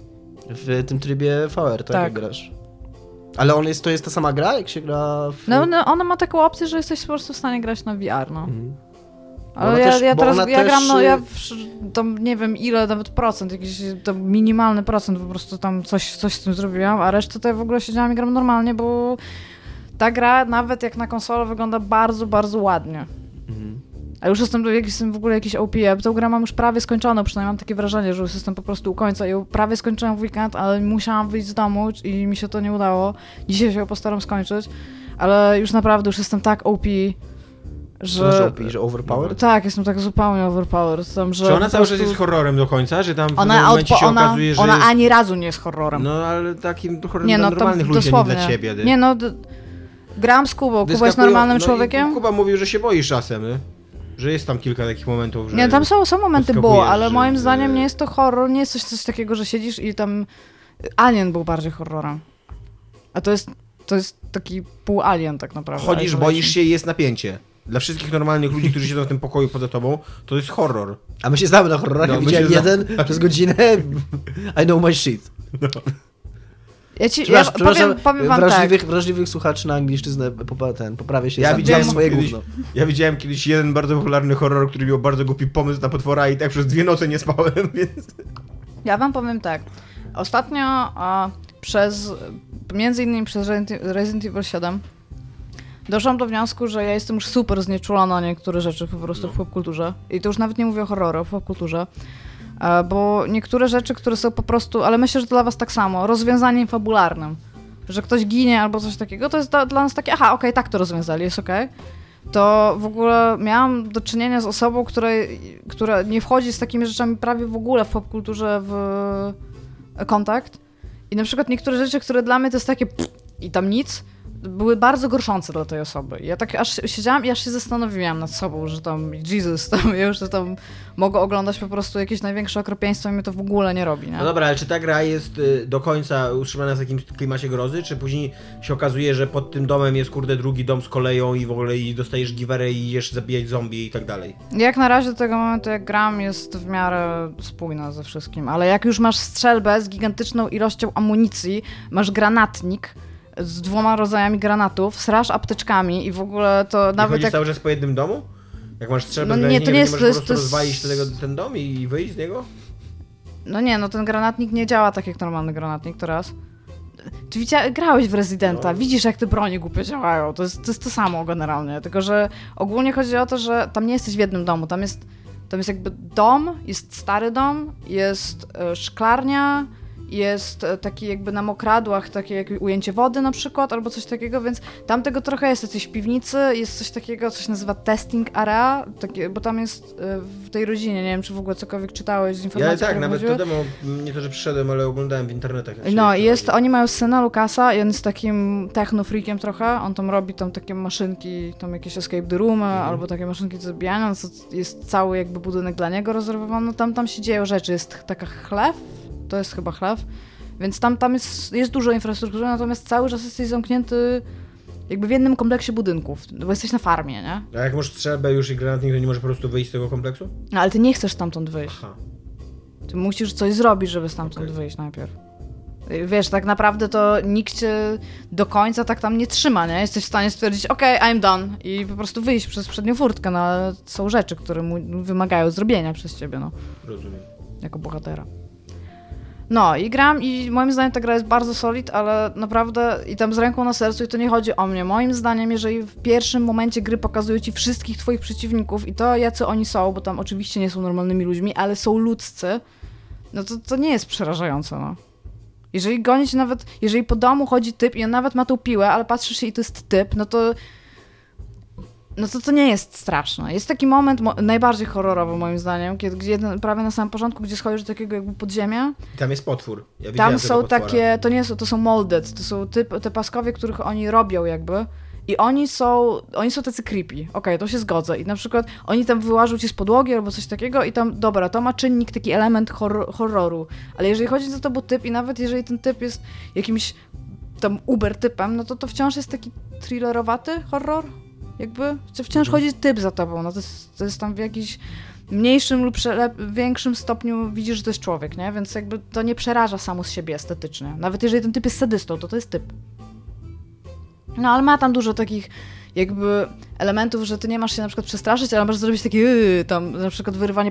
W tym trybie VR, tak? Tak. Jak grasz. Ale to jest ta sama gra, jak się gra w... No, ona ma taką opcję, że jesteś po prostu w stanie grać na VR, no. Mhm. Ale ja gram, tam nie wiem ile, nawet procent, jakiś to minimalny procent, po prostu tam coś z tym zrobiłam, a resztę to ja w ogóle siedziałam i gram normalnie, bo ta gra nawet jak na konsolę wygląda bardzo, bardzo ładnie. Mhm. A już jestem w ogóle jakiś OP, ja tę grę mam już prawie skończoną, przynajmniej mam takie wrażenie, że już jestem po prostu u końca i ją prawie skończyłam w weekend, ale musiałam wyjść z domu i mi się to nie udało. Dzisiaj się ją postaram skończyć, ale już naprawdę już jestem tak OP, że... OP, że overpowered? Tak, jestem tak zupełnie overpowered. Tam, że Czy ona cały prostu... czas jest horrorem do końca? Że tam w ona pewnym momencie się okazuje, że ona jest... ani razu nie jest horrorem. No ale takim horrorem nie, dla no, normalnych ludzi, dosłownie. a nie dla ciebie. Nie no, grałam z Kubą. Kuba jest normalnym człowiekiem. Kuba mówił, że się boisz czasem, nie? Że jest tam kilka takich momentów, że... Nie, tam są momenty ale moim zdaniem że... nie jest to horror, nie jest coś takiego, że siedzisz i tam... Alien był bardziej horrorem. A to jest taki pół-alien tak naprawdę. Chodzisz, boisz się i jest napięcie. Dla wszystkich normalnych ludzi, którzy siedzą w tym pokoju poza tobą, to jest horror. A my się znamy na horrorach, No, widziałem jeden przez godzinę. I know my shit. No. Powiem wam wrażliwych słuchaczy na angielszczyznę poprawię się. Ja widziałem swoje gówno. Ja widziałem kiedyś jeden bardzo popularny horror, który miał bardzo głupi pomysł na potwora i tak przez 2 noce nie spałem, więc... Ja wam powiem tak. Ostatnio między innymi przez Resident Evil 7 doszłam do wniosku, że ja jestem już super znieczulona na niektóre rzeczy po prostu w popkulturze. I to już nawet nie mówię o horroru, w popkulturze. Bo niektóre rzeczy, które są po prostu, ale myślę, że to dla was tak samo, rozwiązaniem fabularnym. Że ktoś ginie albo coś takiego, to jest dla nas takie, okej, tak to rozwiązali, jest okej. To w ogóle miałam do czynienia z osobą, która nie wchodzi z takimi rzeczami prawie w ogóle w popkulturze w kontakt. I na przykład niektóre rzeczy, które dla mnie to jest takie i tam nic, były bardzo gorszące dla tej osoby. Ja tak aż siedziałam i aż się zastanowiłam nad sobą, że tam Jesus, ja już tam mogę oglądać po prostu jakieś największe okropieństwo i mnie to w ogóle nie robi, nie? No dobra, ale czy ta gra jest do końca utrzymana w takim klimacie grozy, czy później się okazuje, że pod tym domem jest drugi dom z koleją i w ogóle i dostajesz giwerę i idziesz zabijać zombie i tak dalej? Jak na razie do tego momentu, jak gram, jest w miarę spójna ze wszystkim, ale jak już masz strzelbę z gigantyczną ilością amunicji, masz granatnik z 2 rodzajami granatów, srasz apteczkami i w ogóle to nawet chodzisz cały czas po jednym domu? Jak masz strzelbę no nie, to nie jest, możesz po prostu rozwalić ten dom i wyjść z niego? No nie, no ten granatnik nie działa tak jak normalny granatnik, to raz. Ty grałeś w Residenta, widzisz jak te bronie głupio działają, to jest to samo generalnie, tylko że ogólnie chodzi o to, że tam nie jesteś w jednym domu, tam jest jakby dom, jest stary dom, jest szklarnia, jest taki jakby na mokradłach, takie jak ujęcie wody na przykład, albo coś takiego, więc tam tego trochę jest, coś w piwnicy, jest coś takiego, co się nazywa testing area, bo tam jest w tej rodzinie, nie wiem, czy w ogóle cokolwiek czytałeś z informacji, Ja tak, nawet to demo, nie to, że przyszedłem, ale oglądałem w internetach. No i oni mają syna Lucasa i on jest takim techno-freakiem trochę, on tam robi tam takie maszynki, tam jakieś escape the roomy, albo takie maszynki do zabijania, jest cały jakby budynek dla niego rezerwowany, tam się dzieją rzeczy, jest taka chlew, to jest chyba chlew, więc tam jest dużo infrastruktury, natomiast cały czas jesteś zamknięty jakby w jednym kompleksie budynków, bo jesteś na farmie, nie? A jak masz strzelbę już i granatnik, to nie możesz po prostu wyjść z tego kompleksu? No, ale ty nie chcesz stamtąd wyjść. Aha. Ty musisz coś zrobić, żeby stamtąd wyjść najpierw. Wiesz, tak naprawdę to nikt cię do końca tak tam nie trzyma, nie? Jesteś w stanie stwierdzić, I'm done i po prostu wyjść przez przednią furtkę, no ale są rzeczy, które wymagają zrobienia przez ciebie, no. Rozumiem. Jako bohatera. No i gram i moim zdaniem ta gra jest bardzo solid, ale naprawdę i tam z ręką na sercu i to nie chodzi o mnie. Moim zdaniem, jeżeli w pierwszym momencie gry pokazują ci wszystkich twoich przeciwników i to jacy oni są, bo tam oczywiście nie są normalnymi ludźmi, ale są ludzcy, no to nie jest przerażające, no. Jeżeli goni cię nawet, jeżeli po domu chodzi typ i on nawet ma tą piłę, ale patrzysz się i to jest typ, no to nie jest straszne. Jest taki moment najbardziej horrorowy moim zdaniem, gdzie prawie na samym początku, gdzie schodzisz do takiego jakby podziemia. I tam jest potwór. Ja tam są takie, to są molded, to są te paskowie, których oni robią jakby i oni są tacy creepy. Okej, to się zgodzę. I na przykład oni tam wyłażą ci z podłogi albo coś takiego i tam, dobra, to ma czynnik, taki element horroru. Ale jeżeli chodzi za tobą typ i nawet jeżeli ten typ jest jakimś tam uber typem, no to wciąż jest taki thrillerowaty horror. Jakby wciąż chodzi typ za tobą, no to jest tam w jakiś mniejszym lub większym stopniu widzisz, że to jest człowiek, nie? Więc jakby to nie przeraża samo z siebie estetycznie. Nawet jeżeli ten typ jest sadystą, to jest typ. No ale ma tam dużo takich jakby elementów, że ty nie masz się na przykład przestraszyć, ale możesz zrobić takie tam na przykład wyrywanie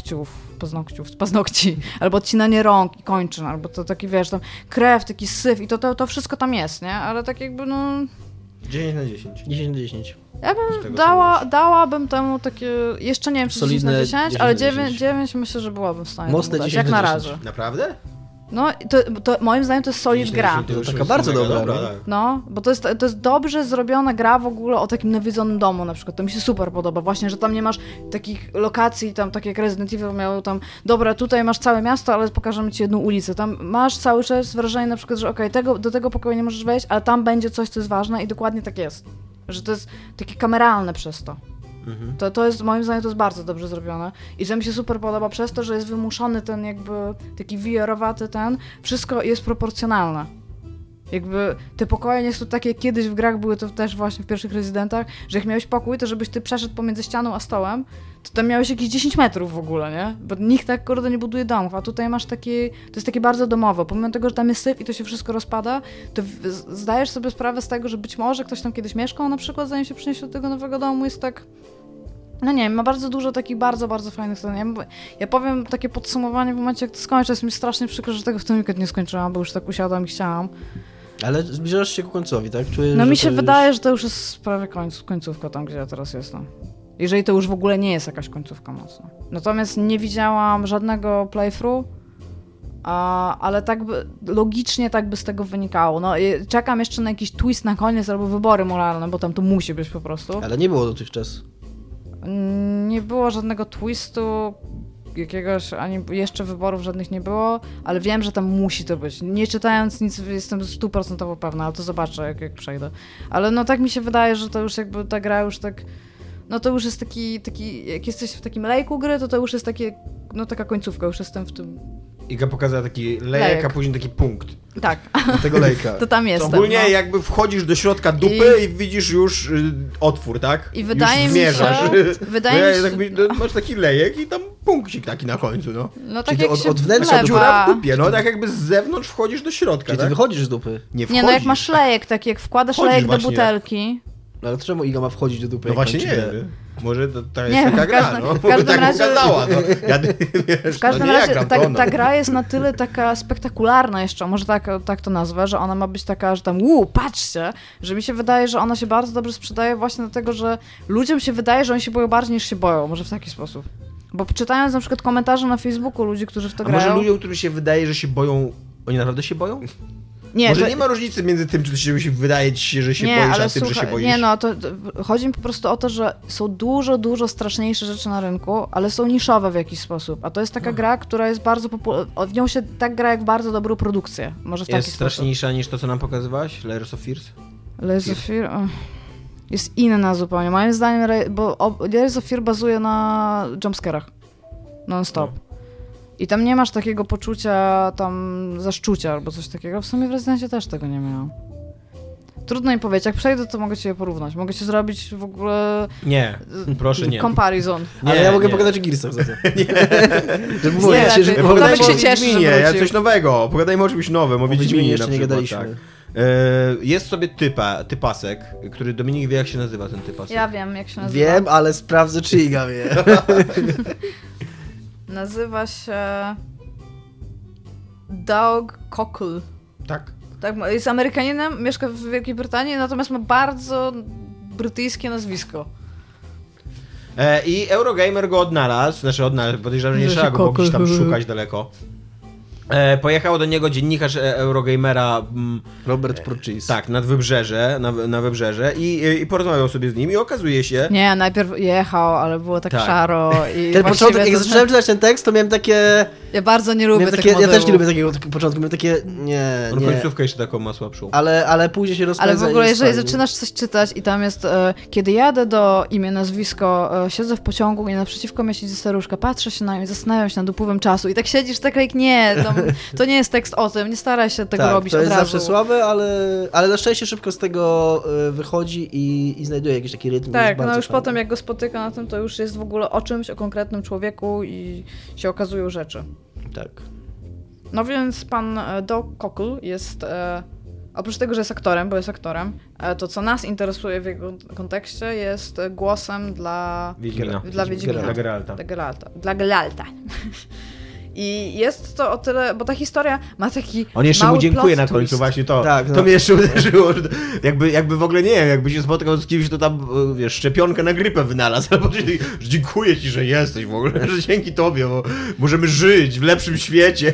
paznokci, albo odcinanie rąk i kończyn, albo to taki, wiesz, tam krew, taki syf i to wszystko tam jest, nie? Ale tak jakby, no... 10 na 10. 10 na 10. Ja bym dałabym temu takie, jeszcze nie wiem, czy 10 na 10, ale 9 myślę, że byłabym w stanie mocne dać, 10 jak na na 10. razie. Naprawdę? No, to moim zdaniem to jest solid gra. To już taka jest bardzo mega dobra, tak. No, bo to jest dobrze zrobiona gra w ogóle o takim nawiedzonym domu na przykład. To mi się super podoba. Właśnie, że tam nie masz takich lokacji, tam tak jak Resident Evil miało tam, dobra, tutaj masz całe miasto, ale pokażemy ci jedną ulicę. Tam masz cały czas wrażenie na przykład, że okej, do tego pokoju nie możesz wejść, ale tam będzie coś, co jest ważne i dokładnie tak jest. Że to jest takie kameralne przez to. To jest, moim zdaniem, to jest bardzo dobrze zrobione. I co mi się super podoba przez to, że jest wymuszony ten jakby taki VR-owaty wszystko jest proporcjonalne. Jakby te pokoje nie są takie, jak kiedyś w grach były to też właśnie w pierwszych Residentach, że jak miałeś pokój, to żebyś ty przeszedł pomiędzy ścianą a stołem, to tam miałeś jakieś 10 metrów w ogóle, nie? Bo nikt tak kurde nie buduje domów, a tutaj masz takie, to jest takie bardzo domowe. Pomimo tego, że tam jest syf i to się wszystko rozpada, to zdajesz sobie sprawę z tego, że być może ktoś tam kiedyś mieszkał na przykład, zanim się przyniesie do tego nowego domu, jest tak... No nie wiem, ma bardzo dużo takich bardzo, bardzo fajnych stron. Ja powiem takie podsumowanie w momencie, jak to skończę. Jest mi strasznie przykro, że tego w tym weekend nie skończyłam, bo już tak usiadłam i chciałam. Ale zbliżasz się ku końcowi, tak? Czuję, no że mi się to wydaje, że to już jest prawie końcówka tam, gdzie ja teraz jestem. Jeżeli to już w ogóle nie jest jakaś końcówka mocna. Natomiast nie widziałam żadnego playthrough, ale tak by, logicznie tak by z tego wynikało. No, czekam jeszcze na jakiś twist na koniec albo wybory moralne, bo tam to musi być po prostu. Ale nie było dotychczas. Nie było żadnego twistu jakiegoś, ani jeszcze wyborów żadnych nie było, ale wiem, że tam musi to być. Nie czytając nic, jestem 100% pewna, ale to zobaczę, jak przejdę. Ale no tak mi się wydaje, że to już jakby ta gra już tak... No to już jest taki jak jesteś w takim lejku gry, to już jest takie, no taka końcówka, już jestem w tym... Iga pokazała taki lejek, a później taki punkt. Tak. Tego lejka. To tam jest. Ogólnie jakby wchodzisz do środka dupy i widzisz już otwór, tak? I wydaje już mi się... Masz taki lejek i tam punkcik taki na końcu, no. No tak Czyli jak to się od wnętrza dziura w dupie, no tak jakby z zewnątrz wchodzisz do środka, Czyli ty tak? wychodzisz z dupy. Nie, no jak masz lejek taki, jak wkładasz Wchodzisz lejek do właśnie. butelki... No ale czemu Iga ma wchodzić do dupy? No jak właśnie kończy nie grę? wiem. Może to jest Nie, taka w gra, każdym- no. w każdym tak razie- pokazała, no. Wiesz, W każdym no nie razie ja gram, to ona. ta gra jest na tyle taka spektakularna jeszcze, może tak to nazwę, że ona ma być taka, że tam patrzcie, że mi się wydaje, że ona się bardzo dobrze sprzedaje właśnie dlatego, że ludziom się wydaje, że oni się boją bardziej niż się boją, może w taki sposób. Bo czytając na przykład komentarze na Facebooku ludzi, którzy w to A grają... może ludziom, którym się wydaje, że się boją, oni naprawdę się boją? Nie, Może to... nie ma różnicy między tym, czy to się wydaje ci się, że się boisz, a tym, że się boisz? Nie, no to chodzi mi po prostu o to, że są dużo straszniejsze rzeczy na rynku, ale są niszowe w jakiś sposób. A to jest taka gra, która jest bardzo popularna. W nią się tak gra jak bardzo dobrą produkcję. Może w taki Jest sposób. straszniejsza niż to, co nam pokazywałaś? Layers of Fears? Layers of Fear jest inna zupełnie. Moim zdaniem, bo Layers of Fear bazuje na jumpscarach. Non-stop. I tam nie masz takiego poczucia tam zaszczucia albo coś takiego. W sumie w Rezydencie też tego nie miałam. Trudno mi powiedzieć, jak przejdę, to mogę ci je porównać. Mogę ci zrobić w ogóle... Nie, proszę nie. Comparison. Ale Nie, ja mogę nie. pogadać o Gearsach za to. Żeby było Nie, wiecie, że lepiej. Pogadajmy Nawet o się cieszę, że Wiedźminie, wrócił. coś nowego. Pogadajmy o czymś nowym, o Wiedźminie Wiedźminie jeszcze na nie przykład, gadaliśmy. tak. Jest sobie typasek, który Dominik wie, jak się nazywa ten typasek. Ja wiem, jak się nazywa. Wiem, ale sprawdzę, czy Iga wie. Nazywa się... Doug Cockle. Tak. Tak, jest Amerykaninem, mieszka w Wielkiej Brytanii, natomiast ma bardzo brytyjskie nazwisko. I Eurogamer go odnalazł, podejrzewam, że nie Że trzeba się go było gdzieś tam kokl. szukać daleko. Pojechał do niego dziennikarz Eurogamera Robert Purchase. tak, nad wybrzeże, na wybrzeże i porozmawiał sobie z nim i okazuje się... Nie, najpierw jechał, ale było tak Tak. szaro i Ten właściwie początek, jak to- zacząłem czytać ten tekst, to miałem takie... Ja bardzo nie lubię Miałem tych takie ja też modelów. nie lubię takiego początku, miałem takie... Nie, On nie. końcówkę jeszcze taką ma słabszą. Ale później się rozpędza. Ale w ogóle, i jest jeżeli fajnie. zaczynasz coś czytać i tam jest, kiedy jadę do imię, nazwisko, siedzę w pociągu i naprzeciwko mnie siedzi staruszka, patrzę się na nią i zastanawiam się nad upływem czasu i tak siedzisz tak jak nie, to to nie jest tekst o tym, nie staraj się tego robić od razu. To jest zawsze słabe, ale na szczęście szybko z tego wychodzi i znajduje jakiś taki rytm. Tak, no już potem jak go spotyka na tym, to już jest w ogóle o czymś, o konkretnym człowieku i się okazują rzeczy. Tak. No więc pan Doug Cockle jest, oprócz tego, że jest aktorem, bo jest aktorem, to co nas interesuje w jego kontekście jest głosem dla Wiedźmina. Dla Geralta. I jest to o tyle, bo ta historia ma taki On jeszcze mały mu dziękuję plot na końcu, twist. właśnie to. Tak, no. To mnie jeszcze uderzyło, że jakby w ogóle nie wiem, jakby się spotkał z kimś, to tam, wiesz, szczepionkę na grypę wynalazł, albo że dziękuję ci, że jesteś w ogóle, że dzięki tobie, bo możemy żyć w lepszym świecie.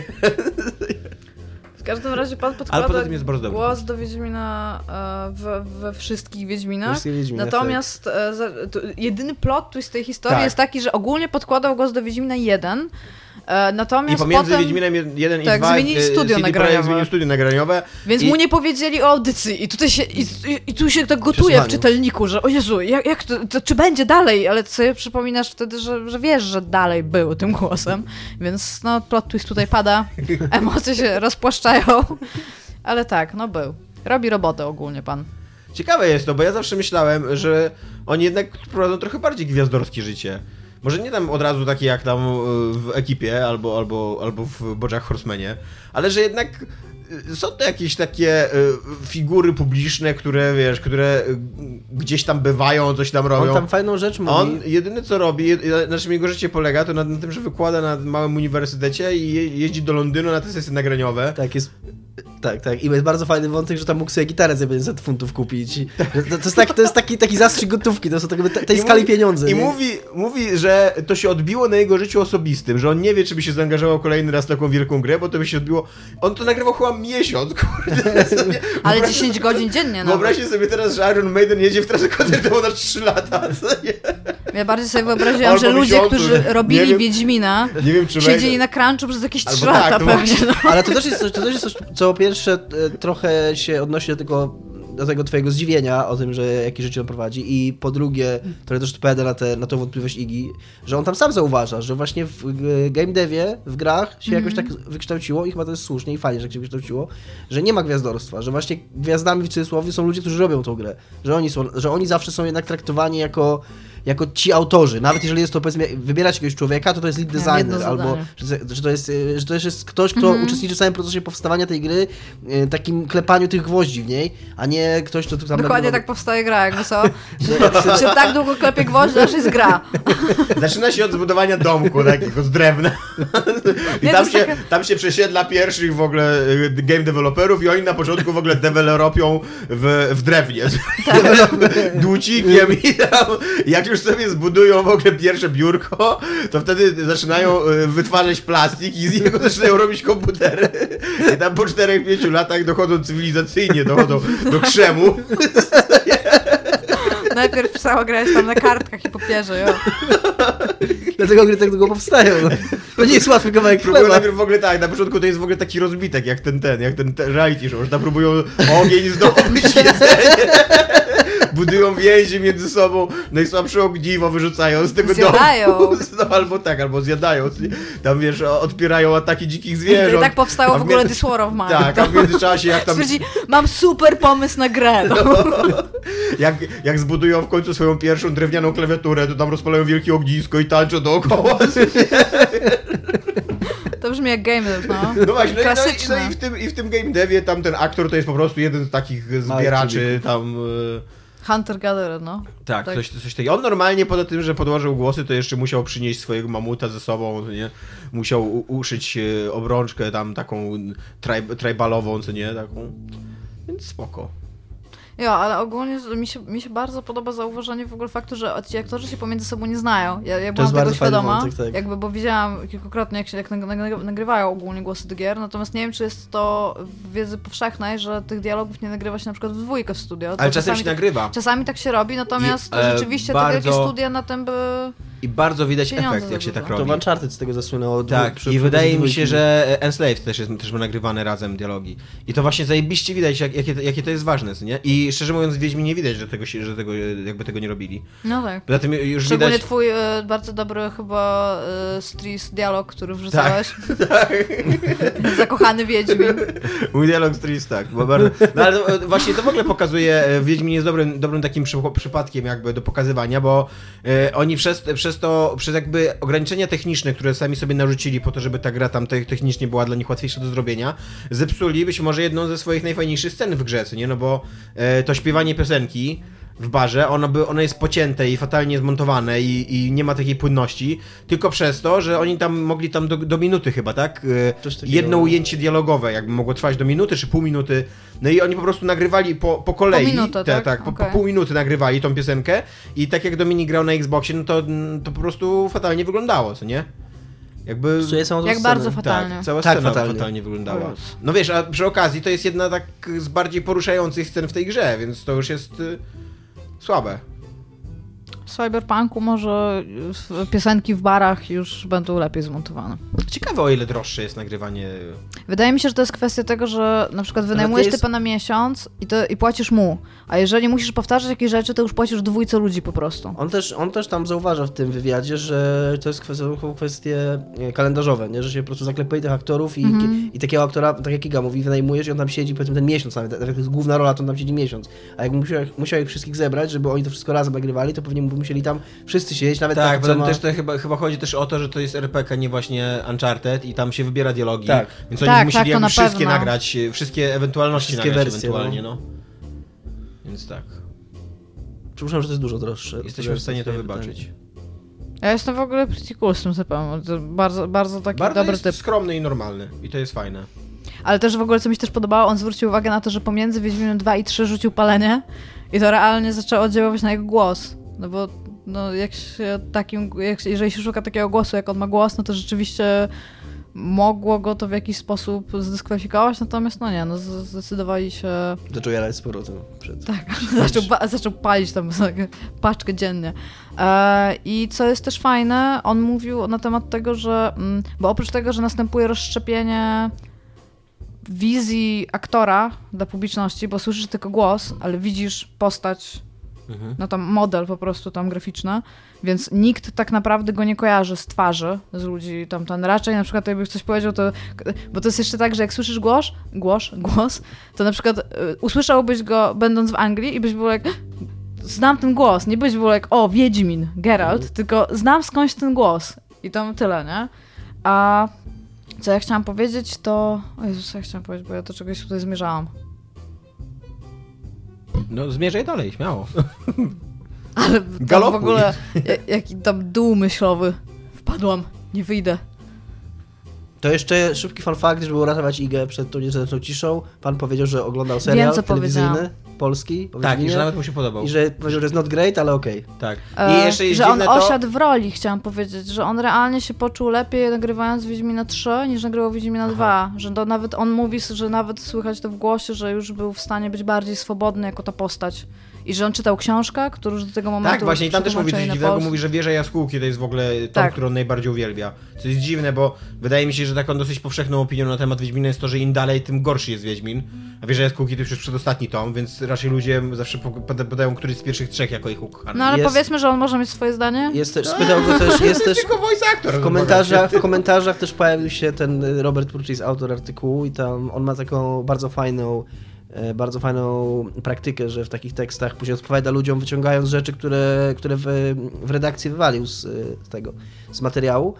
W każdym razie pan podkłada jest głos do Wiedźmina we wszystkich Wiedźminach. Natomiast jedyny plot twist tej historii jest taki, że ogólnie podkładał głos do Wiedźmina 1. Natomiast I pomiędzy potem, Wiedźminem 1 i 2 zmienili studio nagraniowe. Więc mu nie powiedzieli o audycji i tutaj się, i tu się tak gotuje w czytelniku, że o Jezu, jak to czy będzie dalej, ale sobie przypominasz wtedy, że wiesz, że dalej był tym głosem, więc no plot twist tutaj pada, emocje się rozpłaszczają, ale tak, no był. Robi robotę ogólnie pan. Ciekawe jest to, bo ja zawsze myślałem, że oni jednak prowadzą trochę bardziej gwiazdorskie życie. Może nie tam od razu takie jak tam w Ekipie albo w BoJack Horsemanie, ale że jednak są to jakieś takie figury publiczne, które wiesz, które gdzieś tam bywają, coś tam robią. On tam fajną rzecz mówi. On jedyne co robi, na czym jego życie polega, to na tym, że wykłada na małym uniwersytecie i jeździ do Londynu na te sesje nagraniowe. Tak, jest... Tak. I jest bardzo fajny wątek, że tam mógł sobie gitarę za 500 funtów kupić. To jest taki zastrzyk gotówki, to są tej skali pieniądze. I mówi, że to się odbiło na jego życiu osobistym, że on nie wie, czy by się zaangażował kolejny raz w taką wielką grę, bo to by się odbiło... On to nagrywał chyba miesiąc, kurde. Ale 10 godzin dziennie. Wyobraźcie sobie teraz, że Iron Maiden jedzie w trasę koncertową na 3 lata. Ja bardziej sobie wyobraziłam, że ludzie, którzy robili Wiedźmina, siedzieli na crunchu przez jakieś 3 lata pewnie. No. Ale to też jest coś, co po pierwsze trochę się odnosi do tego twojego zdziwienia o tym, że jakie życie on prowadzi i po drugie, trochę też odpowiada na tą wątpliwość Iggy, że on tam sam zauważa, że właśnie w game devie, w grach się jakoś tak wykształciło i chyba to jest słusznie i fajnie, że się wykształciło, że nie ma gwiazdorstwa, że właśnie gwiazdami w cudzysłowie są ludzie, którzy robią tą grę, że oni zawsze są jednak traktowani jako ci autorzy, nawet jeżeli jest to, powiedzmy, wybierać jakiegoś człowieka, to jest lead designer, albo że to jest ktoś, kto uczestniczy w samym procesie powstawania tej gry, takim klepaniu tych gwoździ w niej, a nie ktoś, kto tu tam... Dokładnie tak powstaje gra, jakby co? Że tak długo klepie gwoździ, aż jest gra. Zaczyna się od zbudowania domku takiego z drewna. I tam się przesiedla pierwszych w ogóle game developerów i oni na początku w ogóle dewelopią w drewnie. Dłucikiem i tam... Jak już sobie zbudują w ogóle pierwsze biurko, to wtedy zaczynają wytwarzać plastik i z niego zaczynają robić komputery. I tam po 4-5 latach dochodzą cywilizacyjnie, dochodzą do krzemu. Najpierw cała gra jest tam na kartkach i papierze, jo. Dlatego gry tak długo powstają. No. To nie jest łatwy kawałek chleba. Najpierw w ogóle tak, na początku to jest w ogóle taki rozbitek, jak ten reality show, że tam próbują ogień zdobyć jedzenie. Budują więzi między sobą, najsłabsze ogniwo wyrzucają z tego domu. No, albo zjadają. Tam wiesz, odpierają ataki dzikich zwierząt. I tak powstało w ogóle This War of Mine. Tak, a w międzyczasie jak tam... Stwierdzi, mam super pomysł na grę. No. Jak zbudują w końcu swoją pierwszą drewnianą klawiaturę, to tam rozpalają wielkie ognisko i tańczą dookoła. To brzmi jak game dev, no. No właśnie, klasyczne. I w tym game devie tam ten aktor to jest po prostu jeden z takich zbieraczy tam... Hunter-gatherer, no. Tak, coś takiego. On normalnie poza tym, że podłożył głosy, to jeszcze musiał przynieść swojego mamuta ze sobą, nie? Musiał uszyć obrączkę tam taką tribalową, co nie? Taką. Więc spoko. Ja, ale ogólnie mi się bardzo podoba zauważenie w ogóle faktu, że ci aktorzy się pomiędzy sobą nie znają. Ja byłam tego świadoma, wątek, tak. Jakby, bo widziałam kilkukrotnie, jak nagrywają ogólnie głosy do gier, natomiast nie wiem, czy jest to w wiedzy powszechnej, że tych dialogów nie nagrywa się na przykład w dwójkę w studio. Ale czasem się nagrywa. Czasami tak się robi, natomiast rzeczywiście takie jakieś studia na tym by I bardzo widać Pieniądze efekt, jak się za tak dużo. To robi. w Uncharted z tego zasłynęło. Tak, przy i wydaje mi się, dwójki. że Enslaved też ma nagrywane razem dialogi. I to właśnie zajebiście widać, jakie to jest ważne, co nie? I szczerze mówiąc, w Wiedźminie widać, że tego nie robili. No tak. Poza tym już Szczególnie widać... twój bardzo dobry chyba Stris dialog, który wrzucałeś. Tak. Zakochany Wiedźmin. Mój dialog z Tris, tak. Bo bardzo... No ale właśnie to w ogóle pokazuje, Wiedźmin jest dobrym takim przypadkiem jakby do pokazywania, bo oni przez jakby ograniczenia techniczne, które sami sobie narzucili po to, żeby ta gra tam technicznie była dla nich łatwiejsza do zrobienia, zepsuli być może jedną ze swoich najfajniejszych scen w grze, co nie? No bo to śpiewanie piosenki w barze, ono jest pocięte i fatalnie zmontowane i nie ma takiej płynności, tylko przez to, że oni tam mogli do minuty chyba, tak? Jedno ujęcie dialogowe jakby mogło trwać do minuty czy pół minuty, no i oni po prostu nagrywali po kolei, po minutę, tak? po pół minuty nagrywali tą piosenkę i tak jak Dominik grał na Xboxie, no to po prostu fatalnie wyglądało, co nie? Jakby... Jak bardzo fatalnie. Tak, cała Tak, scena fatalnie. fatalnie wyglądała. No wiesz, a przy okazji to jest jedna tak z bardziej poruszających scen w tej grze, więc to już jest słabe. W Cyberpunku może piosenki w barach już będą lepiej zmontowane. Ciekawe, o ile droższe jest nagrywanie. Wydaje mi się, że to jest kwestia tego, że na przykład wynajmujesz typa na miesiąc i płacisz mu, a jeżeli musisz powtarzać jakieś rzeczy, to już płacisz dwójce ludzi po prostu. On też tam zauważa w tym wywiadzie, że to jest kwestie kalendarzowe, nie? Że się po prostu zaklepuje tych aktorów i takiego aktora, tak jak Iga mówi, wynajmujesz i on tam siedzi powiedzmy ten miesiąc nawet, jak to jest główna rola, to on tam siedzi miesiąc. A jak musiał ich wszystkich zebrać, żeby oni to wszystko razem nagrywali, to pewnie musieli tam wszyscy siedzieć, nawet Tak, co ma... też to chyba chodzi też o to, że to jest RPG, nie właśnie Uncharted i tam się wybiera dialogi, Tak. więc oni musieli jakby wszystkie nagrać, wszystkie ewentualności wszystkie nagrać wersje, ewentualnie, no. Więc tak. Przypuszczam, że to jest dużo droższe. Jesteśmy w stanie to wybaczyć. Ja jestem w ogóle pretty cool z tym typem. To bardzo taki Bardzo dobry jest typ. skromny i normalny i to jest fajne. Ale też w ogóle, co mi się też podobało, on zwrócił uwagę na to, że pomiędzy Wiedźminem 2 i 3 rzucił palenie i to realnie zaczęło oddziaływać na jego głos. No bo jeżeli się szuka takiego głosu, jak on ma głos, no to rzeczywiście mogło go to w jakiś sposób zdyskwalifikować, natomiast zdecydowali się... Zaczął jarać z powrotem przed... Tak, zaczął palić tam paczkę dziennie. I co jest też fajne, on mówił na temat tego, że... Bo oprócz tego, że następuje rozszczepienie wizji aktora dla publiczności, bo słyszysz tylko głos, ale widzisz postać, no tam model po prostu tam graficzny, więc nikt tak naprawdę go nie kojarzy z twarzy, z ludzi tam raczej na przykład jakby ktoś powiedział to, bo to jest jeszcze tak, że jak słyszysz głos, to na przykład usłyszałbyś go będąc w Anglii i byś był like, znam ten głos, nie byś był like, o Wiedźmin, Geralt, tylko znam skądś ten głos i tam tyle, nie? A co ja chciałam powiedzieć, to... O Jezus, co ja chciałam powiedzieć, bo ja do czegoś tutaj zmierzałam. No zmierzaj dalej, śmiało. Ale Galopuj. w ogóle jaki tam dół myślowy. Wpadłam, nie wyjdę. To jeszcze szybki fun fact, żeby uratować Igę przed tą niezręczną ciszą. Pan powiedział, że oglądał serial telewizyjny, polski. Tak, i że nawet mu się podobał. I że powiedział, że jest not great, ale okej. Tak. I jeszcze jest że on dziwne osiadł w roli, chciałam powiedzieć, że on realnie się poczuł lepiej nagrywając Wiedźmina 3 niż nagrywał Wiedźmina 2. Że to nawet on mówi, że nawet słychać to w głosie, że już był w stanie być bardziej swobodny jako ta postać. I że on czytał książkę, którą już do tego momentu... Tak, właśnie i tam też mówi coś przetłumaczyli na dziwnego, polski. mówi, że Wieża Jaskółki to jest w ogóle tom, Tak. który on najbardziej uwielbia. Co jest dziwne, bo wydaje mi się, że taką dosyć powszechną opinią na temat Wiedźmina jest to, że im dalej, tym gorszy jest Wiedźmin. A Wieża Jaskółki to już jest przedostatni tom, więc raczej ludzie zawsze podają któryś z pierwszych trzech jako ich ukochany. No ale Jest- powiedzmy, że on może mieć swoje zdanie? Jest też, spytał go też, jest też tylko voice actor. w komentarzach też pojawił się ten Robert Purchase, autor artykułu i tam on ma taką bardzo fajną praktykę, że w takich tekstach później odpowiada ludziom, wyciągając rzeczy, które w redakcji wywalił z materiału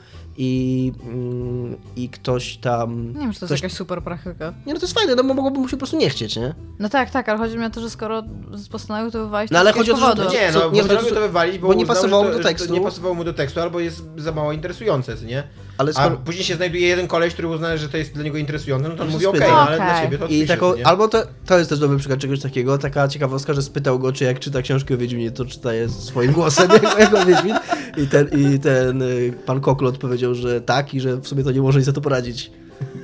i ktoś tam... Nie wiem, czy to jest jakaś super praktyka. Nie, no to jest fajne, no bo mogłoby mu się po prostu nie chcieć, nie? No tak, ale chodzi mi o to, że skoro postanowił to wywalić, No ale to chodzi o to, że powodu. Nie, no, nie, bo postanowił to wywalić, bo nie uznał, pasowało że mu do że tekstu. Nie pasowało mu do tekstu, albo jest za mało interesujące, co nie? Ale A później się znajduje jeden koleś, który uznaje, że to jest dla niego interesujące, no to on się mówi spyta. okej, no, ale Okej. dla ciebie to I odpiszę, taką, nie? albo to jest też dobry przykład czegoś takiego, taka ciekawostka, że spytał go, czy jak czyta książkę o Wiedźminie, to czyta je swoim głosem jako Wiedźmin. I ten pan Koklot powiedział, że tak i że w sumie to nie może nic za to poradzić.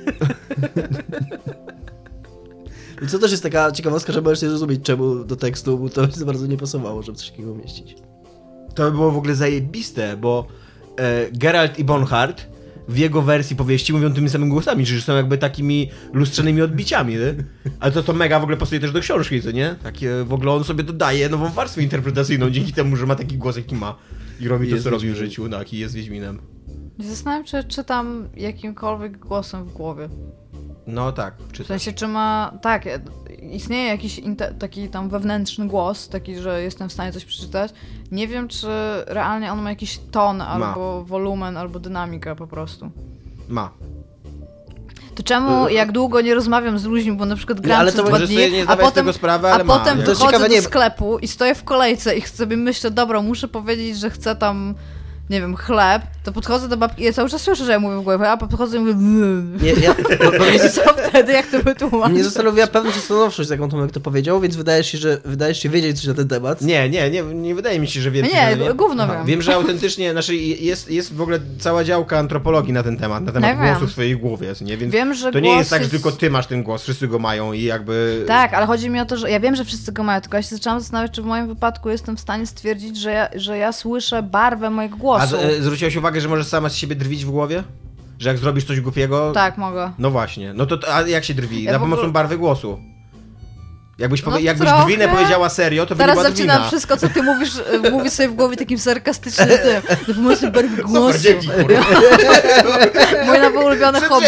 I co też jest taka ciekawostka, że możesz sobie zrozumieć, czemu do tekstu mu to bardzo nie pasowało, żeby coś takiego umieścić. To by było w ogóle zajebiste, bo Geralt i Bonhart w jego wersji powieści mówią tymi samymi głosami, że są jakby takimi lustrzanymi odbiciami, nie? Ale to mega w ogóle pasuje też do książki, co nie? Takie w ogóle on sobie dodaje nową warstwę interpretacyjną dzięki temu, że ma taki głos, jaki ma i robi to, co robi w życiu, tak, i jest Wiedźminem. Zastanawiam się, czy czytam jakimkolwiek głosem w głowie. No tak, W czytam. sensie, czy ma... Tak, istnieje jakiś taki tam wewnętrzny głos, taki, że jestem w stanie coś przeczytać. Nie wiem, czy realnie on ma jakiś ton, albo wolumen, albo dynamikę po prostu. Ma. To czemu, jak długo nie rozmawiam z ludźmi, bo na przykład gram ale przez to 2 możesz dni, sobie nie zdawać tego sprawy, ale a potem ma. To jest wychodzę ciekawe, do nie- sklepu i stoję w kolejce i sobie myślę, dobra, muszę powiedzieć, że chcę tam, nie wiem, chleb, to podchodzę do babki i ja cały czas słyszę, że ja mówię w głowie, a podchodzę i mówię Bo mnie, co wtedy, jak to wytłumaczyć? mnie zastanowiła pewna stanowczość, jaką Tomek to powiedział, więc wydajesz się wiedzieć coś na ten temat. Nie wydaje mi się, że wiem. Nie, co gówno Aha. wiem. Wiem, że autentycznie, znaczy jest w ogóle cała działka antropologii na ten temat No wiem. głosu w twojej głowie, nie? Więc Wiem, że to nie głos jest tak, że jest- tylko ty masz ten głos, wszyscy go mają i jakby... Tak, ale chodzi mi o to, że ja wiem, że wszyscy go mają, tylko ja się zaczęłam zastanawiać, czy w moim wypadku jestem w stanie stwierdzić, że ja słyszę barwę mojego głosu. A zwróciłeś uwagę, że możesz sama z siebie drwić w głowie? Że jak zrobisz coś głupiego... Tak, mogę. No właśnie. No to a jak się drwi? Ja Za w pomocą ogóle- barwy głosu. Jakbyś jakbyś trochę. drwinę powiedziała serio, to by nie Teraz była zaczynam drwina. wszystko, co ty mówisz, mówisz sobie w głowie takim sarkastycznym tym, do pomocy barwy głosu. dzięki, kurwa. Moje nowe ulubione hobby.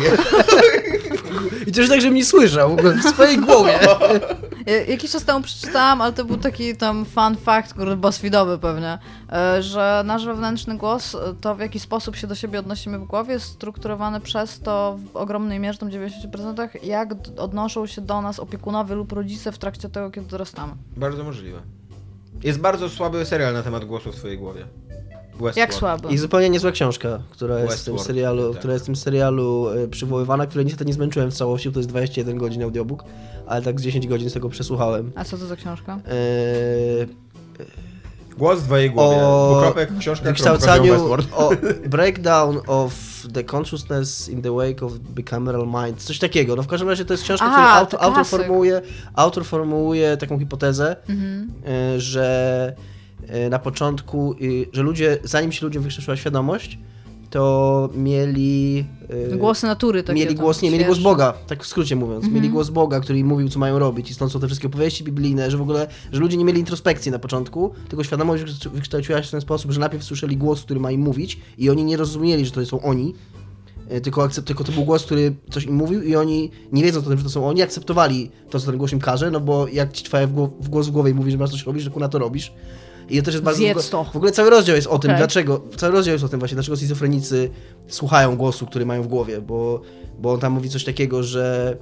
I też tak, żebym nie słyszał w ogóle w swojej głowie. Jakiś czas temu przeczytałam, ale to był taki tam fun fact, kurde, BuzzFeedowy pewnie, że nasz wewnętrzny głos, to w jaki sposób się do siebie odnosimy w głowie, jest strukturowany przez to w ogromnej mierze, tam 90%, jak odnoszą się do nas opiekunowie lub rodzice w trakcie tego, kiedy dorastamy. Bardzo możliwe. Jest bardzo słaby serial na temat głosu w twojej głowie. Westworld. Jak słabo. I zupełnie niezła książka, która jest w tym Westworld, serialu, tak. która jest w tym serialu przywoływana, której niestety nie zmęczyłem w całości, bo to jest 21 godzin audiobook, ale tak z 10 godzin z tego przesłuchałem. A co to za książka? Głos w twojej głowie. Dwukropek, książka, Wykształcaniu, którą pokazał Westworld. breakdown of the consciousness in the wake of bicameral mind, coś takiego. No w każdym razie to jest książka, Aha, w to której klasyk. autor formułuje taką hipotezę, że na początku, że ludzie, zanim się ludziom wykształciła świadomość, to mieli... Głosy natury takie. Mieli tam głos, mieli głos świeże. Boga, tak w skrócie mówiąc. Mieli głos Boga, który im mówił, co mają robić i stąd są te wszystkie opowieści biblijne, że w ogóle, że ludzie nie mieli introspekcji na początku, tylko świadomość wykształciła się w ten sposób, że najpierw słyszeli głos, który ma im mówić i oni nie rozumieli, że to są oni, tylko to był głos, który coś im mówił i oni, nie wiedząc o tym, że to są oni, akceptowali to, co ten głos im każe, no bo jak ci twoja głos w głowie mówi, że masz coś robić, to na to robisz. I to też jest bardzo... Zjedz to. W ogóle cały rozdział jest o tym, Okej. dlaczego... Cały rozdział jest o tym właśnie, dlaczego schizofrenicy słuchają głosu, który mają w głowie, bo on tam mówi coś takiego, że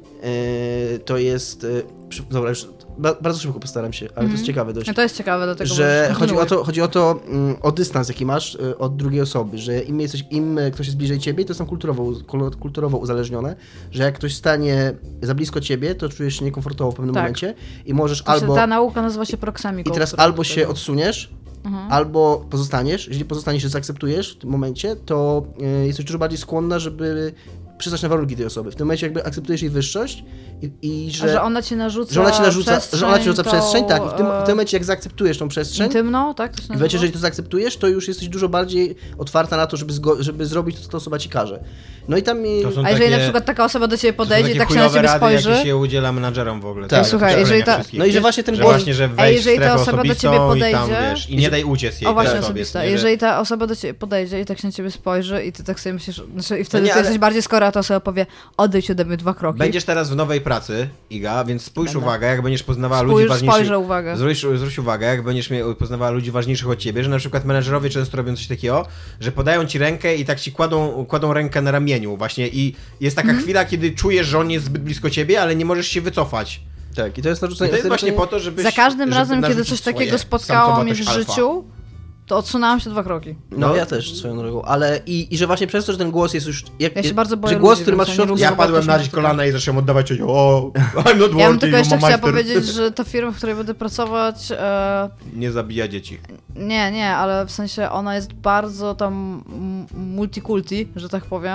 to jest... dobra, już bardzo szybko postaram się, ale to jest ciekawe dość. No to jest ciekawe, dlatego Że możesz chodzi o to, o dystans, jaki masz od drugiej osoby, że im ktoś jest bliżej ciebie, to jest tam kulturowo uzależnione, że jak ktoś stanie za blisko ciebie, to czujesz się niekomfortowo w pewnym Tak. momencie i możesz albo... Ta nauka nazywa się proxemiką. i teraz która albo do się tego- odsuniesz, albo pozostaniesz. Jeżeli pozostaniesz i zaakceptujesz w tym momencie, to jesteś dużo bardziej skłonna, żeby przystać na warunki tej osoby. W tym momencie jakby akceptujesz jej wyższość i A że ona ci narzuca że ona ci narzuca przestrzeń, tak. I w tym to- momencie jak zaakceptujesz tą przestrzeń, Intymną, tak? To się i nazywa? wiecie, jeżeli to zaakceptujesz, to już jesteś dużo bardziej otwarta na to, żeby zrobić to, co ta osoba ci każe. No i tam... To są A jeżeli takie- na przykład taka osoba do ciebie podejdzie i takie tak się na chujowe ciebie rady, spojrzy... jakie się udziela menadżerom w ogóle. Tak. Słuchaj, Szkolenia jeżeli ta- wszystkich, No i że wiesz? właśnie ten że głos... właśnie, że A wejść jeżeli w ta strefę osoba do ciebie osobistą i tam, podejdzie- wiesz, i nie daj uciec jej. O właśnie, tej osobie, osobista. nie, że- Jeżeli ta osoba do ciebie podejdzie i tak się na ciebie spojrzy i ty tak sobie myślisz, znaczy i wtedy nie, ty ale- jesteś bardziej skoro, a ta osoba powie, odejdź ode mnie 2 kroki. Będziesz teraz w nowej pracy, Iga, więc spójrz Będę. uwagę, jak będziesz poznawała ludzi Spójrz, ważniejszych... spojrzę uwagę. Zwróć uwagę, jak będziesz poznawała ludzi ważniejszych od ciebie, że na przykład menedżerowie często robią coś takiego, że podają ci rękę i tak ci kładą rękę na ramieniu właśnie i jest taka chwila, kiedy czujesz, że on jest zbyt blisko ciebie, ale nie możesz się wycofać. Tak, i to jest I narzucenie... to jest właśnie po to, żebyś... Za każdym żeby razem, kiedy narzucić coś swoje takiego spotkało samcowa mnie w też alfa. życiu, to odsunęłam się 2 kroki. No ja też swoją drogą, ale i że właśnie przez to, że ten głos jest już... Ja się bardzo boję że głos, ludzi, który masz w więc środku... ja nie Ja lubię padłem zobaczyć na mnie dziś tutaj. kolana i zacząłem oddawać coś, o, I'm not Ja bym tylko working, jeszcze I'm a chciała master. powiedzieć, że ta firma, w której będę pracować, Nie zabija dzieci. nie, ale w sensie ona jest bardzo tam multikulti, że tak powiem,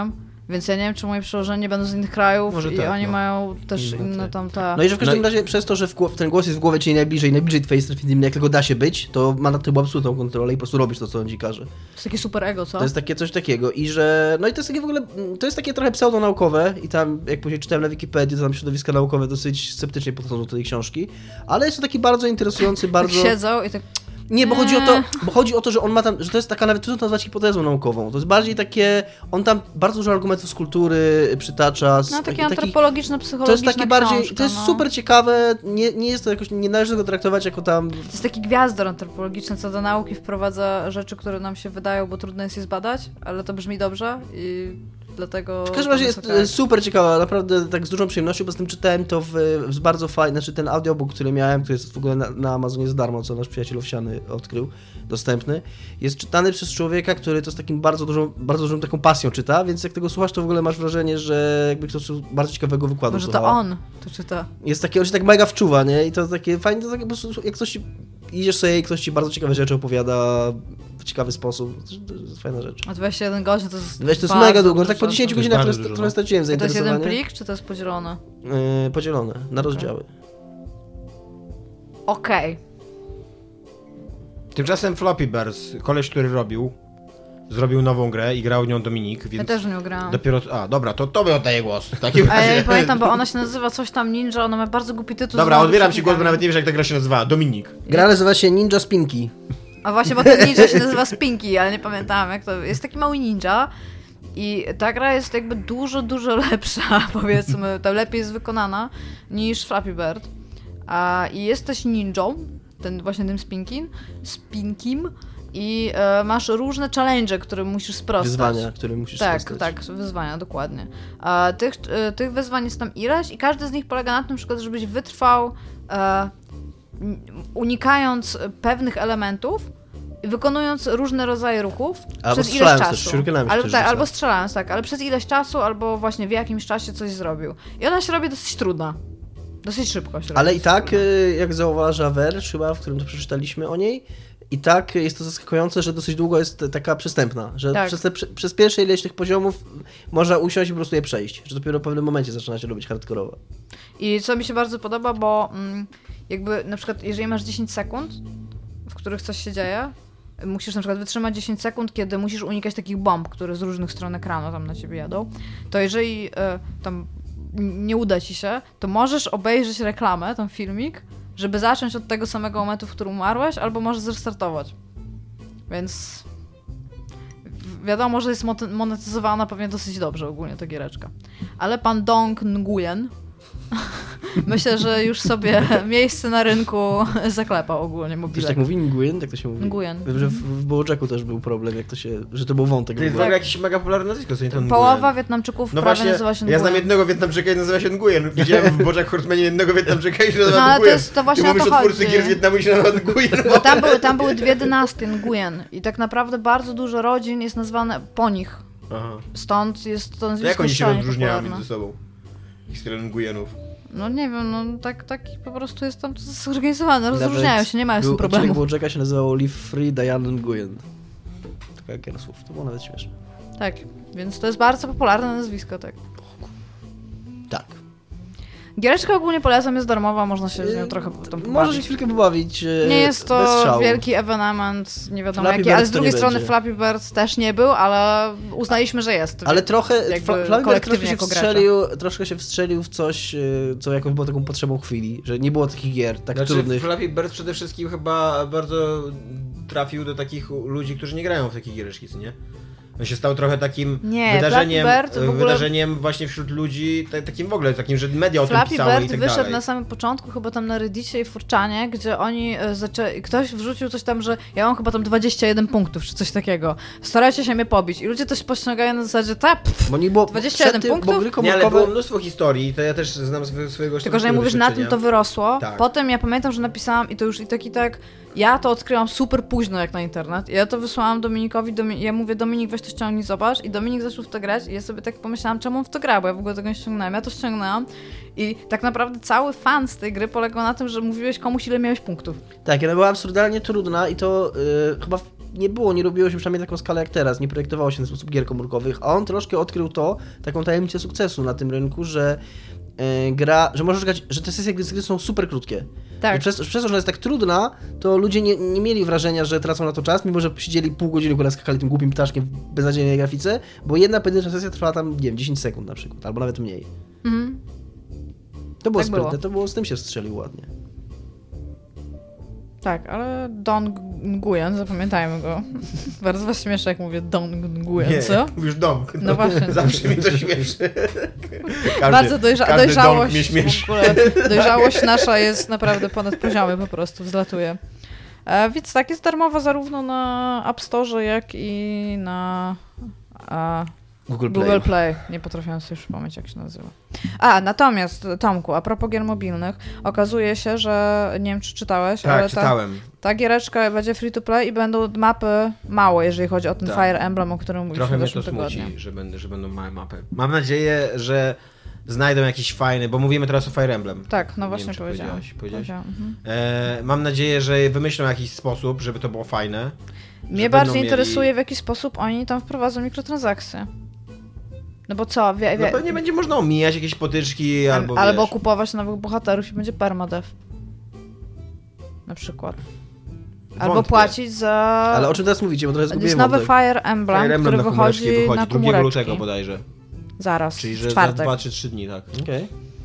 Więc ja nie wiem, czy moi przełożeni będą z innych krajów Może i tak, oni no. mają też inne tam te... No i że w każdym razie przez to, że ten głos jest w głowie, czyli najbliżej twojej strefy innej, jak tylko da się być, to ma nad tym absolutną kontrolę i po prostu robisz to, co on ci każe. To jest takie super ego, co? To jest takie coś takiego i że, no i to jest takie w ogóle, to jest takie trochę pseudonaukowe i tam, jak później czytałem na Wikipedii, to tam środowiska naukowe dosyć sceptycznie podchodzą do tej książki, ale jest to taki bardzo interesujący, bardzo... Tak siedzą i tak... Nie, bo chodzi o to, że on ma tam, że to jest taka nawet, trudno to nazwać hipotezą naukową. To jest bardziej takie, on tam bardzo dużo argumentów z kultury przytacza. No takie antropologiczne, psychologiczne to jest takie bardziej, książka, to jest super ciekawe, nie jest to jakoś, nie należy go traktować jako tam... To jest taki gwiazdor antropologiczny, co do nauki wprowadza rzeczy, które nam się wydają, bo trudno jest je zbadać, ale to brzmi dobrze i dlatego... W każdym razie jest super ciekawa, naprawdę tak z dużą przyjemnością, bo z tym czytałem to w bardzo fajny, znaczy ten audiobook, który miałem, który jest w ogóle na Amazonie za darmo, co nasz przyjaciel Owsiany odkrył, dostępny, jest czytany przez człowieka, który to z takim bardzo dużą taką pasją czyta, więc jak tego słuchasz, to w ogóle masz wrażenie, że jakby ktoś bardzo ciekawego wykładu Może słuchała. to on to czyta. Jest takie, on się tak mega wczuwa, nie? I to takie fajne, to takie po prostu, jak ktoś idziesz sobie i ktoś ci bardzo ciekawe rzeczy opowiada w ciekawy sposób, to jest fajna rzecz. A 21 godzin to jest Wiesz, to jest mega długo, tak po dużo. 10 godzinach bardzo dużo. trochę straciłem To jest zainteresowanie. jeden plik, czy to jest podzielone? Podzielone na rozdziały. Okej. Tymczasem Flappy Birds, koleś, który zrobił nową grę i grał w nią Dominik, więc... Ja też w nią grałam. Dopiero... A, dobra, to tobie oddaję głos. W takim A ja razie. nie pamiętam, bo ona się nazywa coś tam Ninja, ona ma bardzo głupi tytuł. Dobra, z odbieram ci głos, bo przeciwnikami. nawet nie wiesz, jak ta gra się nazywa. Dominik. Gra nazywa się Ninja Spinki. A właśnie, bo ten ninja się nazywa Spinky, ale nie pamiętałam jak to... Jest taki mały ninja i ta gra jest jakby dużo lepsza, powiedzmy, tam lepiej jest wykonana niż Flappy Bird. I jesteś ninją, właśnie tym Spinkim i masz różne challenge, które musisz sprostać. Wyzwania, które musisz sprostać. Tak, wyzwania, dokładnie. Tych wyzwań jest tam ileś i każdy z nich polega na tym, żebyś wytrwał unikając pewnych elementów i wykonując różne rodzaje ruchów Albo przez ileś czasu. Albo strzelając, tak, ale przez ileś czasu, albo właśnie w jakimś czasie coś zrobił. I ona się robi dosyć trudna. Dosyć szybko się robi. Ale i tak, jak zauważa Verge chyba, w którym to przeczytaliśmy o niej, i tak jest to zaskakujące, że dosyć długo jest taka przystępna, że tak. przez pierwsze ileś tych poziomów można usiąść i po prostu je przejść, że dopiero w pewnym momencie zaczyna się robić hardkorowe. I co mi się bardzo podoba, bo jakby na przykład jeżeli masz 10 sekund, w których coś się dzieje, musisz na przykład wytrzymać 10 sekund, kiedy musisz unikać takich bomb, które z różnych stron ekranu tam na ciebie jadą, to jeżeli tam nie uda ci się, to możesz obejrzeć reklamę, tam filmik, żeby zacząć od tego samego momentu, w którym umarłeś, albo możesz zrestartować. Więc wiadomo, że jest monetyzowana pewnie dosyć dobrze ogólnie ta giereczka. Ale pan Dong Nguyen myślę, że już sobie miejsce na rynku zaklepał ogólnie Ktoś mobilek. tak mówi Nguyen? Tak to się mówi? Nguyen. Wiem, że w Bołoczeku też był problem, że to był wątek. To jest w ogóle. jakiś mega popularne nazwisko, co nie to Połowa Nguyen. Wietnamczyków No prawie właśnie, nazywa się ja znam Nguyen. jednego Wietnamczyka i nazywa się Nguyen. Widziałem w Bojack Horsemanie jednego Wietnamczyka i się nazywa ale Nguyen. to właśnie I mówisz o to o twórcy chodzi. gier z Wietnamu i się nazywa Nguyen. Bo tam były dwie dynastie Nguyen i tak naprawdę bardzo dużo rodzin jest nazwane po nich. Aha. Stąd jest to To nazwisko jak oni się szalenie rozróżniają popularne. między sobą? Ich tyle Nguyenów. No nie wiem, no tak po prostu jest tam zorganizowane, rozróżniają się, nie mają z tym Odcinek problemu. Bołeczeka się nazywał Live Free Diane Nguyen. Taka giera słów, to było nawet śmieszne. Tak, więc to jest bardzo popularne nazwisko, tak. Tak. Giereczka ogólnie polecam, jest darmowa, można się z nią trochę tam Może się pobawić. chwilkę pobawić. Nie jest bez to szału. wielki ewenement, nie wiadomo Flappy jaki, Bird ale z to drugiej nie strony będzie. Flappy Bird też nie był, ale uznaliśmy, że jest. Ale trochę, jakby Flappy Bird kolektywnie troszkę się wstrzelił w coś, co jakoś było taką potrzebą chwili, że nie było takich gier tak trudnych. Flappy Bird przede wszystkim chyba bardzo trafił do takich ludzi, którzy nie grają w takie giereczki, co nie? On się stał trochę takim wydarzeniem właśnie wśród ludzi, takim w ogóle, takim, że media o tym Flappy pisały Bird i tak wyszedł dalej. na samym początku, chyba tam na Reddicie i Furczanie, gdzie oni ktoś wrzucił coś tam, że ja mam chyba tam 21 punktów, czy coś takiego. Starajcie się mnie pobić. I ludzie to się pościągają na zasadzie, Bo nie było 21 punktów? Bo gry Nie, komórkowe... ale było mnóstwo historii, to ja też znam swojego Tylko, że ja mówię, że na tym to wyrosło. Tak. Potem ja pamiętam, że napisałam i to już i tak, ja to odkryłam super późno jak na internet. Ja to wysłałam Dominikowi, ja mówię, Dominik, weź to ściągnij, zobacz. I Dominik zaczął w to grać i ja sobie tak pomyślałam, czemu on w to gra, bo ja w ogóle tego nie ściągnęłam. Ja to ściągnęłam i tak naprawdę cały fan z tej gry polegał na tym, że mówiłeś komuś, ile miałeś punktów. Tak, ona była absurdalnie trudna i to chyba nie robiło się przynajmniej taką skalę jak teraz, nie projektowało się w ten sposób gier komórkowych, a on troszkę odkrył taką tajemnicę sukcesu na tym rynku, że że możesz grać, że te sesje gry są super krótkie. Tak. I przez to, że ona jest tak trudna, to ludzie nie mieli wrażenia, że tracą na to czas, mimo że siedzieli pół godziny, które skakali tym głupim ptaszkiem w beznadziejnej grafice, bo jedna pojedyncza sesja trwała tam, nie wiem, 10 sekund na przykład, albo nawet mniej. To było Tak sprytne, to było, z tym się strzelił ładnie. Tak, ale Don Nguyen, zapamiętajmy go. Bardzo was śmieszy, jak mówię Don Nguyen, co? Mówisz Dong. No właśnie. Zawsze mnie to śmieszy. Bardzo dojrzałość, mnie śmieszy. w ogóle, dojrzałość nasza jest naprawdę ponad poziomy, po prostu wzlatuje. Więc tak, jest darmowa zarówno na App Store, jak i na Google Play. Nie potrafię sobie już przypomnieć, jak się nazywa. Natomiast, Tomku, a propos gier mobilnych, okazuje się, że, nie wiem, czy czytałeś, tak, ale czytałem. Ta giereczka będzie free to play i będą mapy małe, jeżeli chodzi o ten Tak. Fire Emblem, o którym mówiliśmy Trochę w mnie zeszłym to tygodniu. smuci, że będą małe mapy. Mam nadzieję, że znajdą jakiś fajny, bo mówimy teraz o Fire Emblem. Tak, no Nie właśnie wiem, czy powiedziałam. powiedziałeś? Mhm. Mam nadzieję, że wymyślą jakiś sposób, żeby to było fajne. Mnie bardziej interesuje, w jaki sposób oni tam wprowadzą mikrotransakcje. No bo co? No pewnie będzie można omijać jakieś potyczki albo kupować nowych bohaterów i będzie permadev. Na przykład. Albo Wątpię. płacić za... Ale o czym teraz mówicie? Bo trochę jest zgubiłem nowy wątek. Fire Emblem, który wychodzi na 2 komóreczki. lutego bodajże. Zaraz, Czyli w że za czwartek. 2 czy 3 dni, tak. Okej.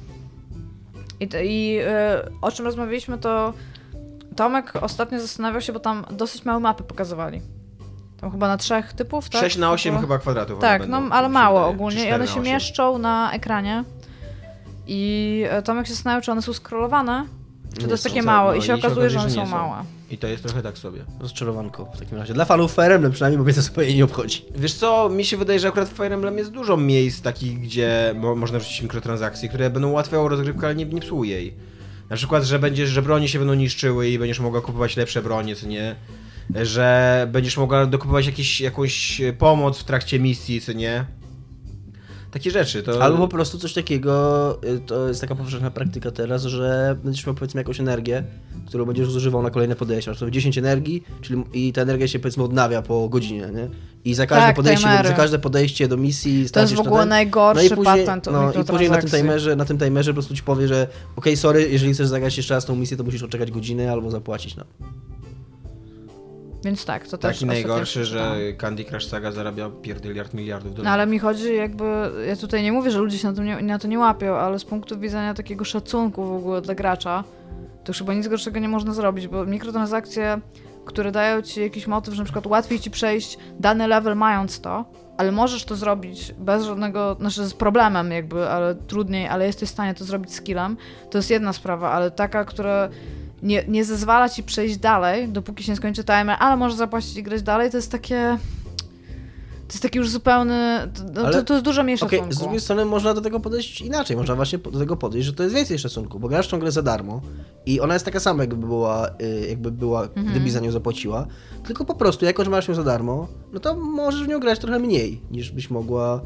I o czym rozmawialiśmy, to Tomek ostatnio zastanawiał się, bo tam dosyć małe mapy pokazywali. Tam chyba na 3 typów, tak? 6x8 chyba kwadratów. Tak, one będą, ale mi się mało wydaje. ogólnie Czy i one się 4x8. mieszczą na ekranie. I Tomek się zastanawiał, czy one są scrollowane, czy to jest takie małe. I się okazuje, że one są małe. I to jest trochę tak sobie. Rozczarowanko w takim razie. Dla fanów Fire Emblem przynajmniej, bo mnie to zupełnie nie obchodzi. Wiesz co, mi się wydaje, że akurat w Fire Emblem jest dużo miejsc takich, gdzie można wrzucić mikrotransakcje, które będą ułatwiały rozgrywkę, ale nie psuły jej. Na przykład, że broni się będą niszczyły i będziesz mogła kupować lepsze bronie, co nie? Że będziesz mogła dokupywać jakąś pomoc w trakcie misji, co nie? Takie rzeczy. To... Albo po prostu coś takiego, to jest taka powszechna praktyka teraz, że będziesz miał powiedzmy jakąś energię, którą będziesz zużywał na kolejne podejścia. Masz sobie 10 energii, i ta energia się powiedzmy odnawia po godzinie, nie? I za każde podejście do misji to jest w ogóle najgorszy patent i później na tym timerze po prostu ci powie, że okej, sorry, jeżeli chcesz zagrać jeszcze raz tą misję, to musisz odczekać godzinę albo zapłacić nam. Więc tak, to też... Taki najgorszy, że Candy Crush Saga zarabia miliardów dolarów. No ale mi chodzi jakby... Ja tutaj nie mówię, że ludzie się na to nie łapią, ale z punktu widzenia takiego szacunku w ogóle dla gracza, to już chyba nic gorszego nie można zrobić, bo mikrotransakcje, które dają ci jakiś motyw, że na przykład łatwiej ci przejść dany level mając to, ale możesz to zrobić bez żadnego... Znaczy z problemem jakby, ale trudniej, ale jesteś w stanie to zrobić skillem, to jest jedna sprawa, ale taka, która... Nie zezwala ci przejść dalej, dopóki się nie skończy timer, ale możesz zapłacić i grać dalej, to jest takie... To jest taki już zupełny... To jest dużo mniej szacunku. Z drugiej strony można do tego podejść inaczej. Można właśnie do tego podejść, że to jest więcej szacunku, bo grasz tą grę za darmo i ona jest taka sama, jakby była gdybyś za nią zapłaciła. Tylko po prostu, jako że masz ją za darmo, no to możesz w nią grać trochę mniej, niż byś mogła...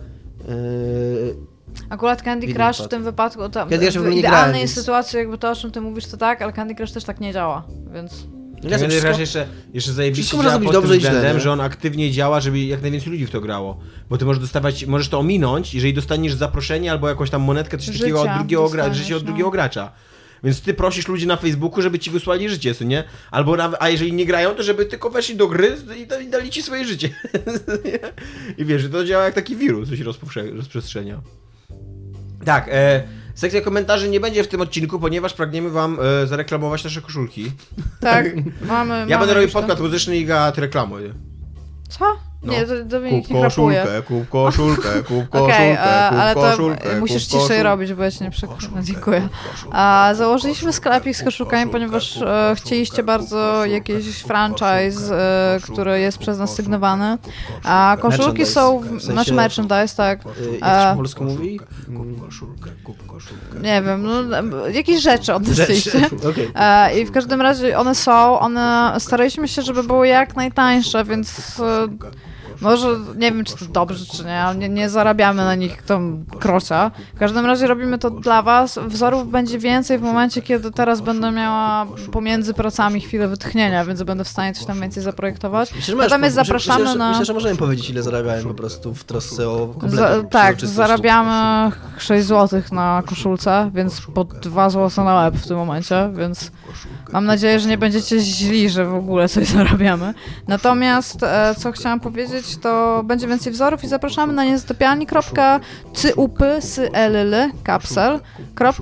Akurat Candy Crush w tym wypadku, w idealnej sytuacji, jakby to, o czym ty mówisz, to tak, ale Candy Crush też tak nie działa, więc... Candy Crush jeszcze zajebiście działa pod tym względem, że on aktywnie działa, żeby jak najwięcej ludzi w to grało. Bo ty możesz to ominąć, jeżeli dostaniesz zaproszenie albo jakąś tam monetkę, coś takiego od drugiego gracza. Więc ty prosisz ludzi na Facebooku, żeby ci wysłali życie, co nie? A jeżeli nie grają, to żeby tylko weszli do gry i dali ci swoje życie. I wiesz, że to działa jak taki wirus, co się rozprzestrzenia. Tak, sekcja komentarzy nie będzie w tym odcinku, ponieważ pragniemy wam zareklamować nasze koszulki. Tak, mamy... Ja będę robił podkład muzyczny i Iga ty reklamuj. Co? No. Nie, Dominik nie rapuje. Kup koszulkę, ale to musisz ciszej robić, bo ja cię nie przekonam. Dziękuję. Założyliśmy sklepik z koszulkami, ponieważ chcieliście bardzo jakiś franchise, który jest przez nas sygnowany. A koszulki są... Znaczy merchandise, tak. Jak się po polsku mówi? Kup koszulkę. Nie wiem, jakieś rzeczy odnieśliście. I w każdym razie one staraliśmy się, żeby były jak najtańsze, więc Może, nie wiem, czy to dobrze, czy nie, ale nie zarabiamy na nich tam krocia. W każdym razie robimy to dla was. Wzorów będzie więcej w momencie, kiedy teraz będę miała pomiędzy pracami chwilę wytchnienia, więc będę w stanie coś tam więcej zaprojektować. Natomiast zapraszamy na... Myślę, że możemy powiedzieć, ile zarabiałem po prostu w trosce o kompletną tak, zarabiamy 6 zł na koszulce, więc po 2 zł na łeb w tym momencie, więc mam nadzieję, że nie będziecie źli, że w ogóle coś zarabiamy. Natomiast, co chciałam powiedzieć, to będzie więcej wzorów i zapraszamy na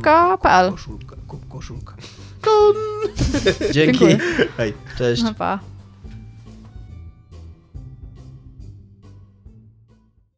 niezatopialni.cyupy.pl. Dzięki. Dziękuję. Hej. Cześć. Pa.